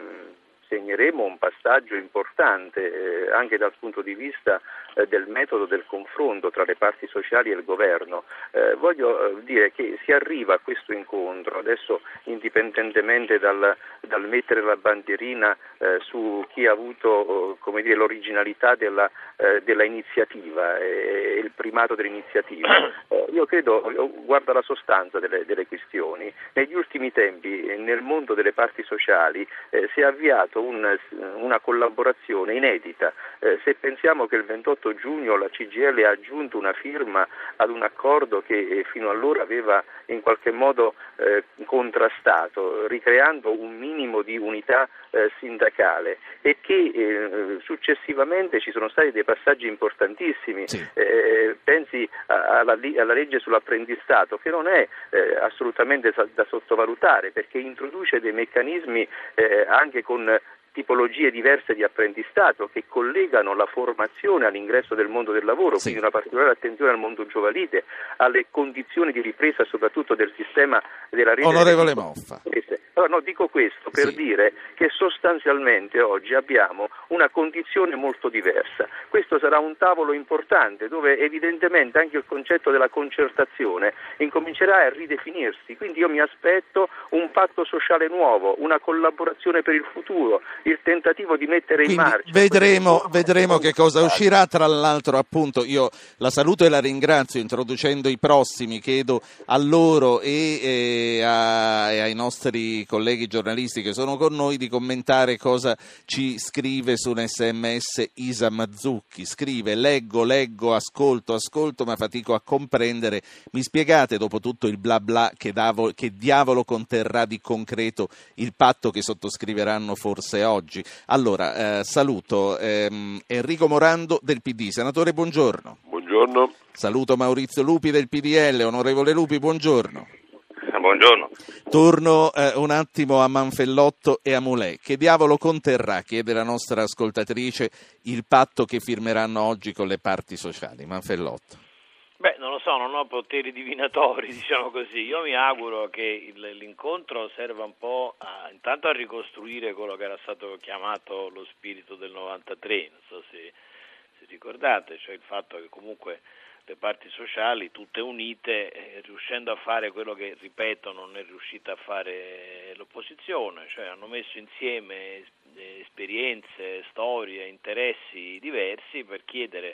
Speaker 10: segneremo un passaggio importante eh, anche dal punto di vista eh, del metodo del confronto tra le parti sociali e il governo. Eh, voglio eh, dire che si arriva a questo incontro, adesso indipendentemente dal, dal mettere la bandierina eh, su chi ha avuto eh, come dire, l'originalità della, eh, della iniziativa e il primato dell'iniziativa, eh, io credo, guarda la sostanza delle, delle questioni. Negli ultimi tempi eh, nel mondo delle parti sociali eh, si è avviato un, una collaborazione inedita. Eh, se pensiamo che il ventotto giugno la C G I L ha aggiunto una firma ad un accordo che eh, fino allora aveva in qualche modo eh, contrastato, ricreando un minimo di unità eh, sindacale, e che eh, successivamente ci sono stati dei passaggi importantissimi. Sì. Eh, pensi a, alla, alla legge sull'apprendistato, che non è eh, assolutamente da sottovalutare, perché introduce dei meccanismi eh, anche con tipologie diverse di apprendistato che collegano la formazione all'ingresso del mondo del lavoro, sì. quindi una particolare attenzione al mondo giovanile, alle condizioni di ripresa soprattutto del sistema della rete.
Speaker 2: Onorevole Moffa.
Speaker 10: Allora, no, dico questo per sì. dire che sostanzialmente oggi abbiamo una condizione molto diversa. Questo sarà un tavolo importante dove evidentemente anche il concetto della concertazione incomincerà a ridefinirsi, quindi io mi aspetto un patto sociale nuovo, una collaborazione per il futuro, il tentativo di mettere
Speaker 2: Quindi
Speaker 10: in marcia.
Speaker 2: Vedremo, vedremo che cosa uscirà. Tra l'altro, appunto, io la saluto e la ringrazio introducendo i prossimi. Chiedo a loro e, e, a, e ai nostri colleghi giornalisti che sono con noi di commentare cosa ci scrive su un sms Isa Mazzucchi. Scrive: leggo, leggo, ascolto, ascolto, ma fatico a comprendere. Mi spiegate dopo tutto il bla bla che, davo, che diavolo conterrà di concreto il patto che sottoscriveranno forse oggi? Allora, eh, saluto ehm, Enrico Morando del P D. Senatore, buongiorno.
Speaker 11: Buongiorno.
Speaker 2: Saluto Maurizio Lupi del P D L. Onorevole Lupi, buongiorno.
Speaker 11: Buongiorno.
Speaker 2: Torno eh, un attimo a Manfellotto e a Mulè. Che diavolo conterrà, chiede la nostra ascoltatrice, il patto che firmeranno oggi con le parti sociali? Manfellotto.
Speaker 3: Beh, non lo so, non ho poteri divinatori, diciamo così. Io mi auguro che il, l'incontro serva un po' a, intanto a ricostruire quello che era stato chiamato lo spirito del novantatré, non so se, se ricordate, cioè il fatto che comunque le parti sociali, tutte unite, eh, riuscendo a fare quello che, ripeto, non è riuscita a fare l'opposizione, cioè hanno messo insieme esperienze, storie, interessi diversi per chiedere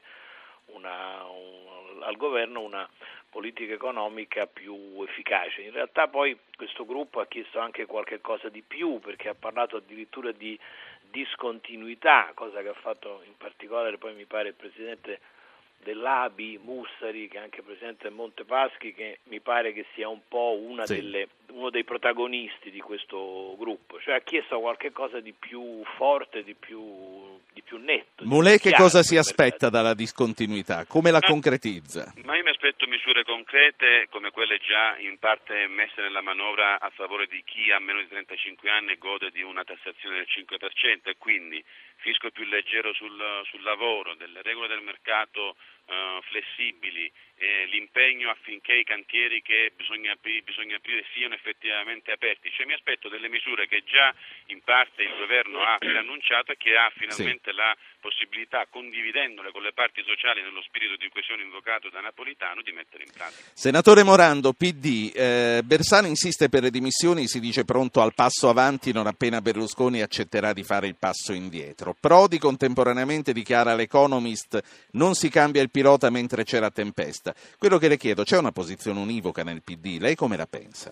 Speaker 3: Una, un, al governo una politica economica più efficace. In realtà poi questo gruppo ha chiesto anche qualche cosa di più, perché ha parlato addirittura di discontinuità, cosa che ha fatto in particolare poi mi pare il Presidente dell'A B I, Mussari, che è anche presente a Montepaschi, che mi pare che sia un po' una
Speaker 2: sì.
Speaker 3: delle, uno dei protagonisti di questo gruppo, cioè ha chiesto qualche cosa di più forte, di più, di più netto.
Speaker 2: Mulè che cosa si
Speaker 3: mercato.
Speaker 2: aspetta dalla discontinuità? Come la concretizza?
Speaker 4: Ma io mi aspetto misure concrete come quelle già in parte messe nella manovra a favore di chi ha meno di trentacinque anni e gode di una tassazione del cinque per cento, e quindi fisco più leggero sul, sul lavoro, delle regole del mercato uh, flessibili, eh, l'impegno affinché i cantieri che bisogna, bisogna aprire siano effettivamente aperti. Cioè mi aspetto delle misure che già in parte il governo ha preannunciato e che ha finalmente sì. la possibilità, condividendole con le parti sociali nello spirito di coesione invocato da Napolitano, di mettere in pratica.
Speaker 2: Senatore Morando, P D, eh, Bersani insiste per le dimissioni, si dice pronto al passo avanti non appena Berlusconi accetterà di fare il passo indietro. Prodi contemporaneamente dichiara all'Economist non si cambia il pilota mentre c'è la tempesta. Quello che le chiedo, c'è una posizione univoca nel P D? Lei come la pensa?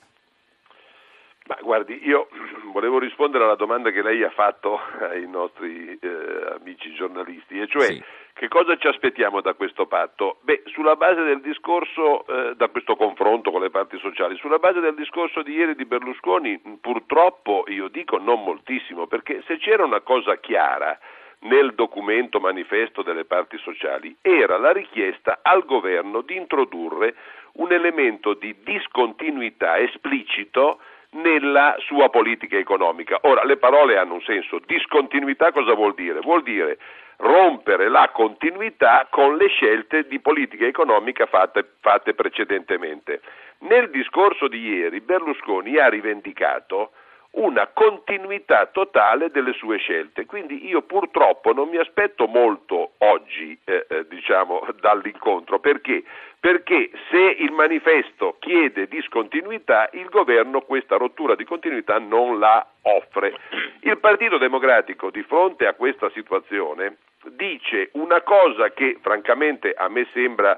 Speaker 12: Ma guardi, io volevo rispondere alla domanda che lei ha fatto ai nostri eh, amici giornalisti, e cioè sì. che cosa ci aspettiamo da questo patto? Beh, sulla base del discorso, eh, da questo confronto con le parti sociali, sulla base del discorso di ieri di Berlusconi, purtroppo io dico non moltissimo, perché se c'era una cosa chiara nel documento manifesto delle parti sociali era la richiesta al governo di introdurre un elemento di discontinuità esplicito nella sua politica economica. Ora, le parole hanno un senso. Discontinuità cosa vuol dire? Vuol dire rompere la continuità con le scelte di politica economica fatte, fatte precedentemente. Nel discorso di ieri Berlusconi ha rivendicato una continuità totale delle sue scelte, quindi io purtroppo non mi aspetto molto oggi eh, eh, diciamo dall'incontro. Perché? Perché se il manifesto chiede discontinuità, il governo questa rottura di continuità non la offre. Il Partito Democratico di fronte a questa situazione dice una cosa che francamente a me sembra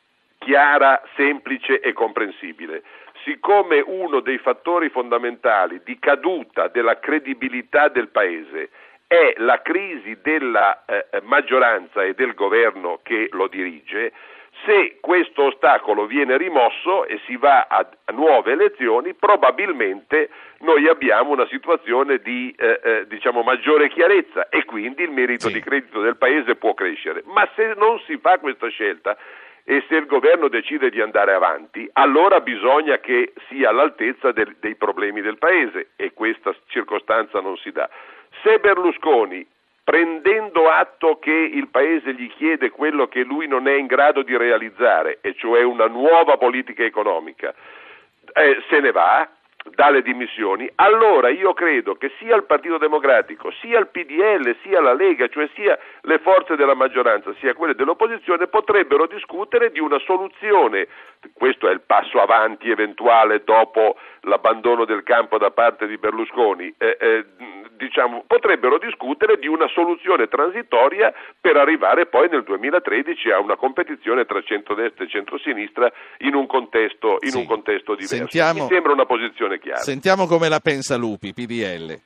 Speaker 12: chiara, semplice e comprensibile. Siccome uno dei fattori fondamentali di caduta della credibilità del Paese è la crisi della eh, maggioranza e del governo che lo dirige, se questo ostacolo viene rimosso e si va a, a nuove elezioni, probabilmente noi abbiamo una situazione di eh, eh, diciamo maggiore chiarezza e quindi il merito sì. di credito del Paese può crescere. Ma se non si fa questa scelta e se il governo decide di andare avanti, allora bisogna che sia all'altezza del, dei problemi del Paese, e questa circostanza non si dà. Se Berlusconi, prendendo atto che il Paese gli chiede quello che lui non è in grado di realizzare, e cioè una nuova politica economica, eh, se ne va, dà le dimissioni, allora io credo che sia il Partito Democratico, sia il P D L, sia la Lega, cioè sia le forze della maggioranza, sia quelle dell'opposizione, potrebbero discutere di una soluzione. Questo è il passo avanti eventuale dopo l'abbandono del campo da parte di Berlusconi. Eh, eh, diciamo, potrebbero discutere di una soluzione transitoria per arrivare poi nel duemilatredici a una competizione tra centrodestra e centrosinistra in un contesto, in sì. un contesto diverso.
Speaker 2: Sentiamo,
Speaker 12: Mi sembra una posizione chiara.
Speaker 2: Sentiamo come la pensa Lupi, P D L.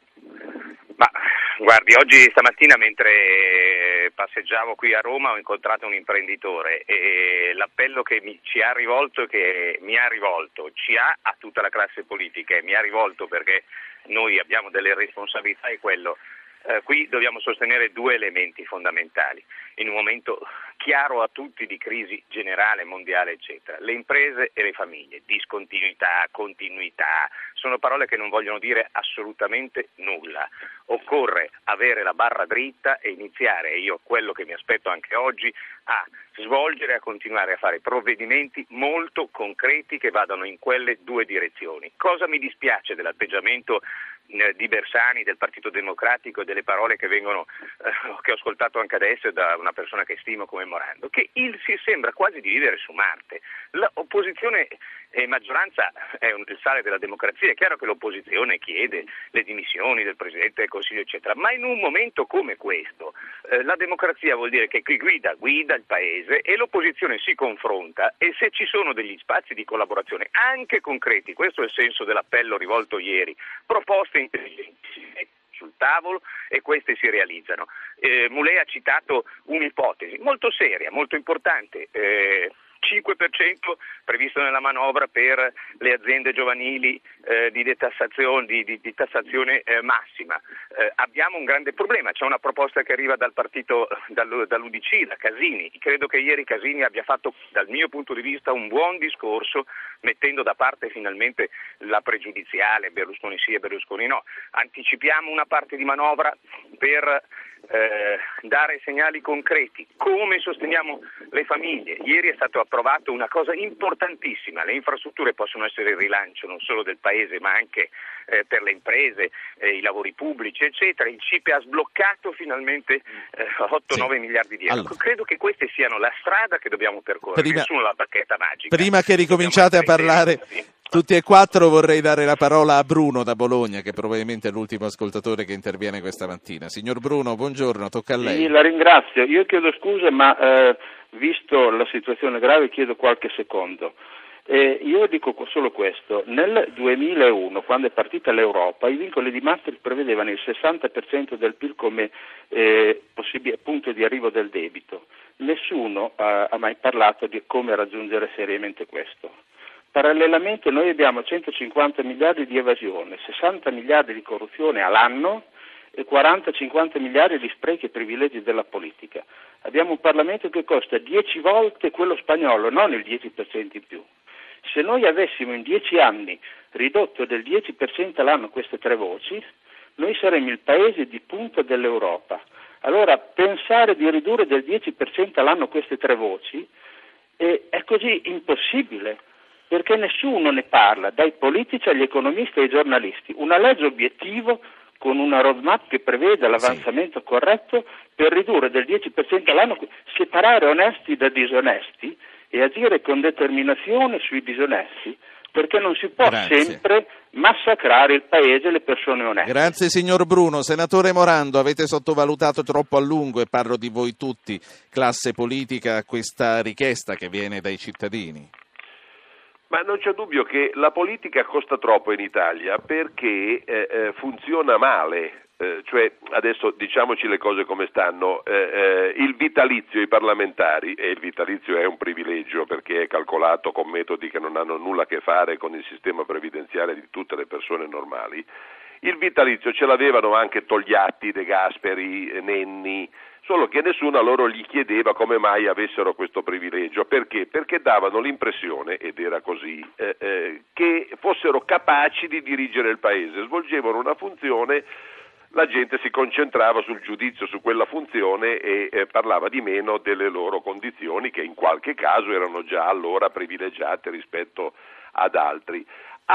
Speaker 13: Ma guardi, oggi stamattina mentre passeggiavo qui a Roma ho incontrato un imprenditore e l'appello che mi, ci ha rivolto, che mi ha rivolto, ci ha a tutta la classe politica e mi ha rivolto perché noi abbiamo delle responsabilità, è quello. Eh, qui dobbiamo sostenere due elementi fondamentali in un momento chiaro a tutti di crisi generale, mondiale, eccetera. Le imprese e le famiglie, discontinuità, continuità, sono parole che non vogliono dire assolutamente nulla. Occorre avere la barra dritta e iniziare, e io quello che mi aspetto anche oggi, a svolgere e a continuare a fare provvedimenti molto concreti che vadano in quelle due direzioni. Cosa mi dispiace dell'atteggiamento di Bersani, del Partito Democratico e delle parole che vengono eh, che ho ascoltato anche adesso da una persona che stimo come Morando, che il, si sembra quasi di vivere su Marte. L'opposizione e maggioranza è un, il sale della democrazia. È chiaro che l'opposizione chiede le dimissioni del Presidente del Consiglio eccetera, ma in un momento come questo eh, la democrazia vuol dire che chi guida guida il Paese e l'opposizione si confronta, e se ci sono degli spazi di collaborazione anche concreti, questo è il senso dell'appello rivolto ieri, proposte intelligenti sul tavolo e queste si realizzano. Eh, Mulè ha citato un'ipotesi molto seria, molto importante, eh, cinque per cento previsto nella manovra per le aziende giovanili eh, di detassazione, di, di, di tassazione eh, massima. Eh, abbiamo un grande problema, c'è una proposta che arriva dal partito, dal, dall'U D C, da Casini. Credo che ieri Casini abbia fatto, dal mio punto di vista, un buon discorso, mettendo da parte finalmente la pregiudiziale, Berlusconi sì e Berlusconi no. Anticipiamo una parte di manovra per Eh, dare segnali concreti, come sosteniamo le famiglie. Ieri è stato approvato una cosa importantissima: le infrastrutture possono essere il rilancio non solo del paese ma anche eh, per le imprese, eh, i lavori pubblici eccetera. Il C I P E ha sbloccato finalmente eh, otto nove sì. miliardi di euro. Allora, credo che queste siano la strada che dobbiamo percorrere,
Speaker 2: prima,
Speaker 13: nessuno la bacchetta magica.
Speaker 2: Prima che ricominciate a parlare tutti e quattro, vorrei dare la parola a Bruno da Bologna, che probabilmente è l'ultimo ascoltatore che interviene questa mattina. Signor Bruno, buongiorno, tocca a lei.
Speaker 14: Sì, la ringrazio. Io chiedo scusa, ma eh, visto la situazione grave chiedo qualche secondo. Eh, io dico solo questo: nel duemilauno, quando è partita l'Europa, i vincoli di Maastricht prevedevano il sessanta per cento del P I L come eh, possibile punto di arrivo del debito. Nessuno ha, ha mai parlato di come raggiungere seriamente questo. Parallelamente noi abbiamo centocinquanta miliardi di evasione, sessanta miliardi di corruzione all'anno e quaranta cinquanta miliardi di sprechi e privilegi della politica. Abbiamo un Parlamento che costa dieci volte quello spagnolo, non il dieci per cento in più. Se noi avessimo in dieci anni ridotto del dieci per cento all'anno queste tre voci, noi saremmo il paese di punta dell'Europa. Allora pensare di ridurre del dieci per cento all'anno queste tre voci eh, è così impossibile, perché nessuno ne parla, dai politici agli economisti e ai giornalisti. Una legge obiettivo con una roadmap che preveda l'avanzamento sì. corretto per ridurre del dieci per cento all'anno, separare onesti da disonesti e agire con determinazione sui disonesti, perché non si può Grazie. sempre massacrare il paese e le persone oneste.
Speaker 2: Grazie signor Bruno. Senatore Morando, avete sottovalutato troppo a lungo, e parlo di voi tutti, classe politica, questa richiesta che viene dai cittadini?
Speaker 12: Ma non c'è dubbio che la politica costa troppo in Italia perché eh, eh, funziona male, eh, cioè adesso diciamoci le cose come stanno, eh, eh, il vitalizio ai parlamentari, e il vitalizio è un privilegio perché è calcolato con metodi che non hanno nulla a che fare con il sistema previdenziale di tutte le persone normali, il vitalizio ce l'avevano anche Togliatti, De Gasperi, Nenni, solo che nessuno a loro gli chiedeva come mai avessero questo privilegio. Perché? Perché davano l'impressione, ed era così, eh, eh, che fossero capaci di dirigere il paese, svolgevano una funzione, la gente si concentrava sul giudizio su quella funzione e eh, parlava di meno delle loro condizioni, che in qualche caso erano già allora privilegiate rispetto ad altri.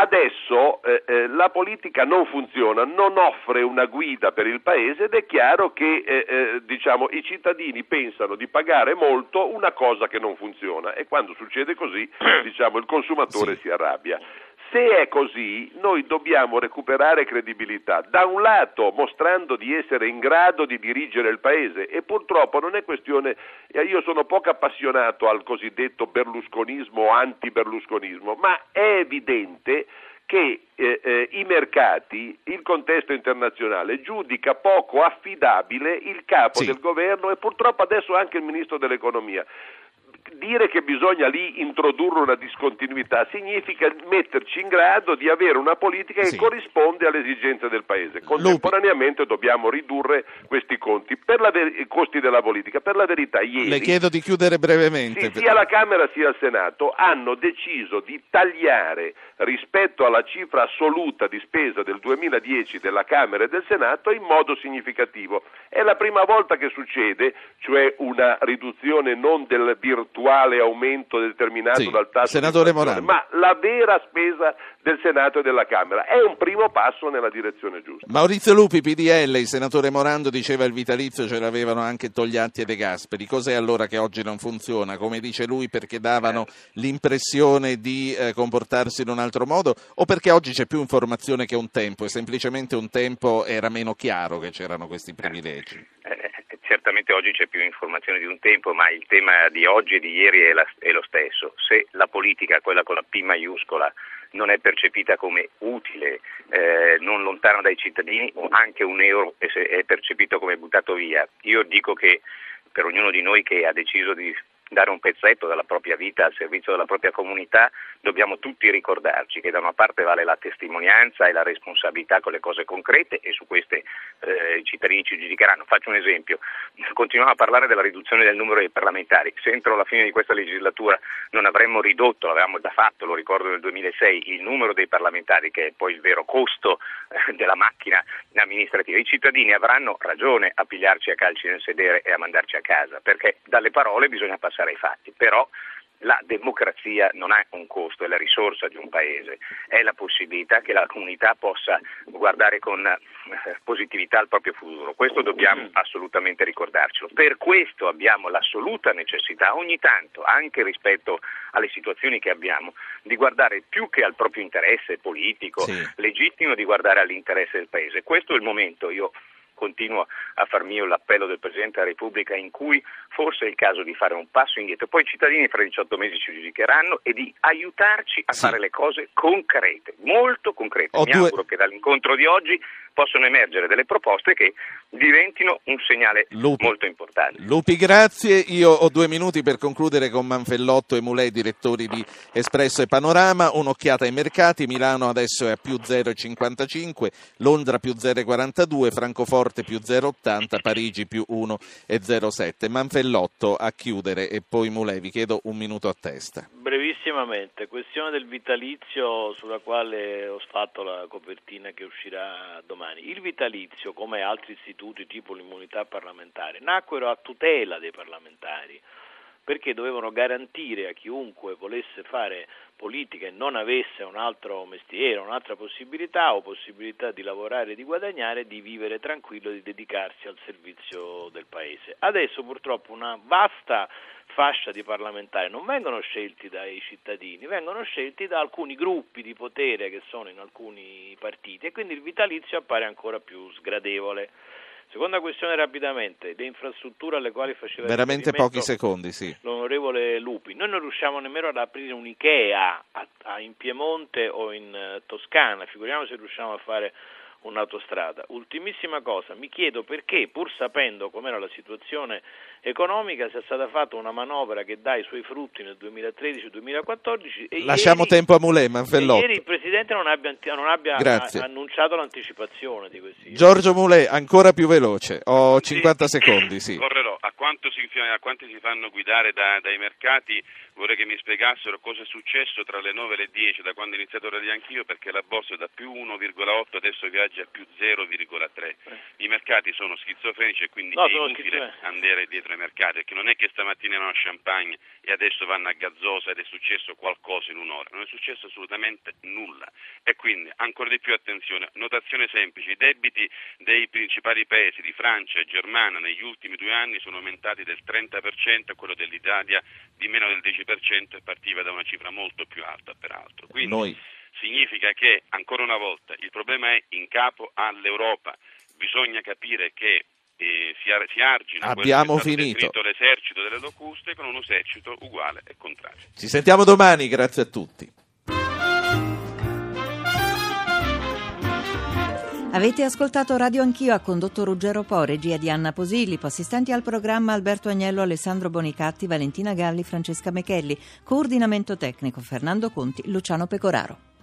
Speaker 12: Adesso eh, eh, la politica non funziona, non offre una guida per il paese ed è chiaro che eh, eh, diciamo, i cittadini pensano di pagare molto una cosa che non funziona, e quando succede così diciamo, il consumatore sì. si arrabbia. Se è così, noi dobbiamo recuperare credibilità, da un lato mostrando di essere in grado di dirigere il paese, e purtroppo non è questione, io sono poco appassionato al cosiddetto berlusconismo o anti-berlusconismo, ma è evidente che eh, eh, i mercati, il contesto internazionale giudica poco affidabile il capo sì. del governo e purtroppo adesso anche il ministro dell'economia. Dire che bisogna lì introdurre una discontinuità significa metterci in grado di avere una politica che sì. corrisponde alle esigenze del paese. Contemporaneamente Lupi. dobbiamo ridurre questi conti per la ver- i costi della politica. Per la verità ieri
Speaker 2: le chiedo di chiudere brevemente.
Speaker 12: Sì, sia la Camera sia il Senato hanno deciso di tagliare rispetto alla cifra assoluta di spesa del duemiladieci della Camera e del Senato in modo significativo. È la prima volta che succede, cioè una riduzione non del virtuale aumento determinato sì, dal tasso
Speaker 2: senatore
Speaker 12: di inflazione, ma la vera spesa del Senato e della Camera. È un primo passo nella direzione giusta.
Speaker 2: Maurizio Lupi, P D L, il senatore Morando diceva il vitalizio ce l'avevano anche Togliatti e De Gasperi. Cos'è allora che oggi non funziona? Come dice lui, perché davano eh. l'impressione di eh, comportarsi in un altro modo, o perché oggi c'è più informazione che un tempo e semplicemente un tempo era meno chiaro che c'erano questi privilegi?
Speaker 13: Eh, certamente oggi c'è più informazione di un tempo, ma il tema di oggi e di ieri è, la, è lo stesso. Se la politica, quella con la P maiuscola, non è percepita come utile, eh, non lontano dai cittadini, o anche un euro è percepito come buttato via. Io dico che per ognuno di noi che ha deciso di dare un pezzetto della propria vita al servizio della propria comunità, dobbiamo tutti ricordarci che da una parte vale la testimonianza e la responsabilità con le cose concrete, e su queste eh, i cittadini ci giudicheranno. Faccio un esempio: continuiamo a parlare della riduzione del numero dei parlamentari. Se entro la fine di questa legislatura non avremmo ridotto, l'avevamo già fatto, lo ricordo nel duemilasei, il numero dei parlamentari, che è poi il vero costo eh, della macchina amministrativa, i cittadini avranno ragione a pigliarci a calci nel sedere e a mandarci a casa, perché dalle parole bisogna passare ai fatti. Però la democrazia non ha un costo, è la risorsa di un paese, è la possibilità che la comunità possa guardare con eh, positività al proprio futuro. Questo dobbiamo assolutamente ricordarcelo. Per questo abbiamo l'assoluta necessità, ogni tanto, anche rispetto alle situazioni che abbiamo, di guardare più che al proprio interesse politico, sì, legittimo, di guardare all'interesse del paese. Questo è il momento. Io continuo a far mio l'appello del Presidente della Repubblica, in cui forse è il caso di fare un passo indietro. Poi i cittadini fra diciotto mesi ci giudicheranno, e di aiutarci a sì. fare le cose concrete, molto concrete. Ho Mi due... auguro che dall'incontro di oggi possano emergere delle proposte che diventino un segnale Lupi. molto importante.
Speaker 2: Lupi, grazie. Io ho due minuti per concludere con Manfellotto e Mulè, direttori di Espresso e Panorama. Un'occhiata ai mercati: Milano adesso è a più zero virgola cinquantacinque, Londra più zero virgola quarantadue, Francoforte più zero virgola ottanta, Parigi più uno virgola zero sette. Manfellotto a chiudere, e poi Mulè, vi chiedo un minuto a testa.
Speaker 3: Brevissimamente, questione del vitalizio, sulla quale ho fatto la copertina che uscirà domani. Il vitalizio, come altri istituti tipo l'immunità parlamentare, nacquero a tutela dei parlamentari, perché dovevano garantire a chiunque volesse fare politica e non avesse un altro mestiere, un'altra possibilità o possibilità di lavorare e di guadagnare, di vivere tranquillo, di dedicarsi al servizio del paese. Adesso purtroppo una vasta fascia di parlamentari non vengono scelti dai cittadini, vengono scelti da alcuni gruppi di potere che sono in alcuni partiti, e quindi il vitalizio appare ancora più sgradevole. Seconda questione, rapidamente, le infrastrutture alle quali faceva
Speaker 2: veramente pochi secondi, sì.
Speaker 3: l'onorevole Lupi. Noi non riusciamo nemmeno ad aprire un Ikea a, a, in Piemonte o in uh, Toscana, figuriamoci se riusciamo a fare un'autostrada. Ultimissima cosa, mi chiedo perché, pur sapendo com'era la situazione economica, sia stata fatta una manovra che dà i suoi frutti nel duemilatredici duemilaquattordici. E
Speaker 2: lasciamo
Speaker 3: ieri,
Speaker 2: tempo a Mulè, Manfellotto.
Speaker 3: Ieri il Presidente non abbia, non abbia a, annunciato l'anticipazione di questi.
Speaker 2: Giorgio Mulè, ancora più veloce, ho cinquanta sì. secondi. Sì.
Speaker 4: Correrò. A quanto si, a quanti si fanno guidare da, dai mercati, vorrei che mi spiegassero cosa è successo tra le nove e le dieci, da quando ho iniziato a radio anch'io, perché la borsa da più uno virgola otto adesso viaggia a più zero virgola tre. I mercati sono schizofrenici, e quindi no, è inutile andare dietro ai mercati, perché non è che stamattina erano a champagne e adesso vanno a gazzosa ed è successo qualcosa in un'ora. Non è successo assolutamente nulla, e quindi ancora di più attenzione. Notazione semplice: i debiti dei principali paesi di Francia e Germania negli ultimi due anni sono aumentati del trenta per cento, e quello dell'Italia di meno del dieci per cento, e partiva da una cifra molto più alta peraltro. Quindi Noi. significa che ancora una volta il problema è in capo all'Europa. Bisogna capire che eh, si, ar- si argina
Speaker 2: Abbiamo
Speaker 4: quello che è
Speaker 2: finito.
Speaker 4: stato descritto l'esercito delle locuste con un esercito uguale e contrario.
Speaker 2: Ci sentiamo domani, grazie a tutti.
Speaker 1: Avete ascoltato Radio Anch'io, ha condotto Ruggero Po, regia di Anna Posillipo, assistenti al programma Alberto Agnello, Alessandro Bonicatti, Valentina Galli, Francesca Mechelli, coordinamento tecnico Fernando Conti, Luciano Pecoraro.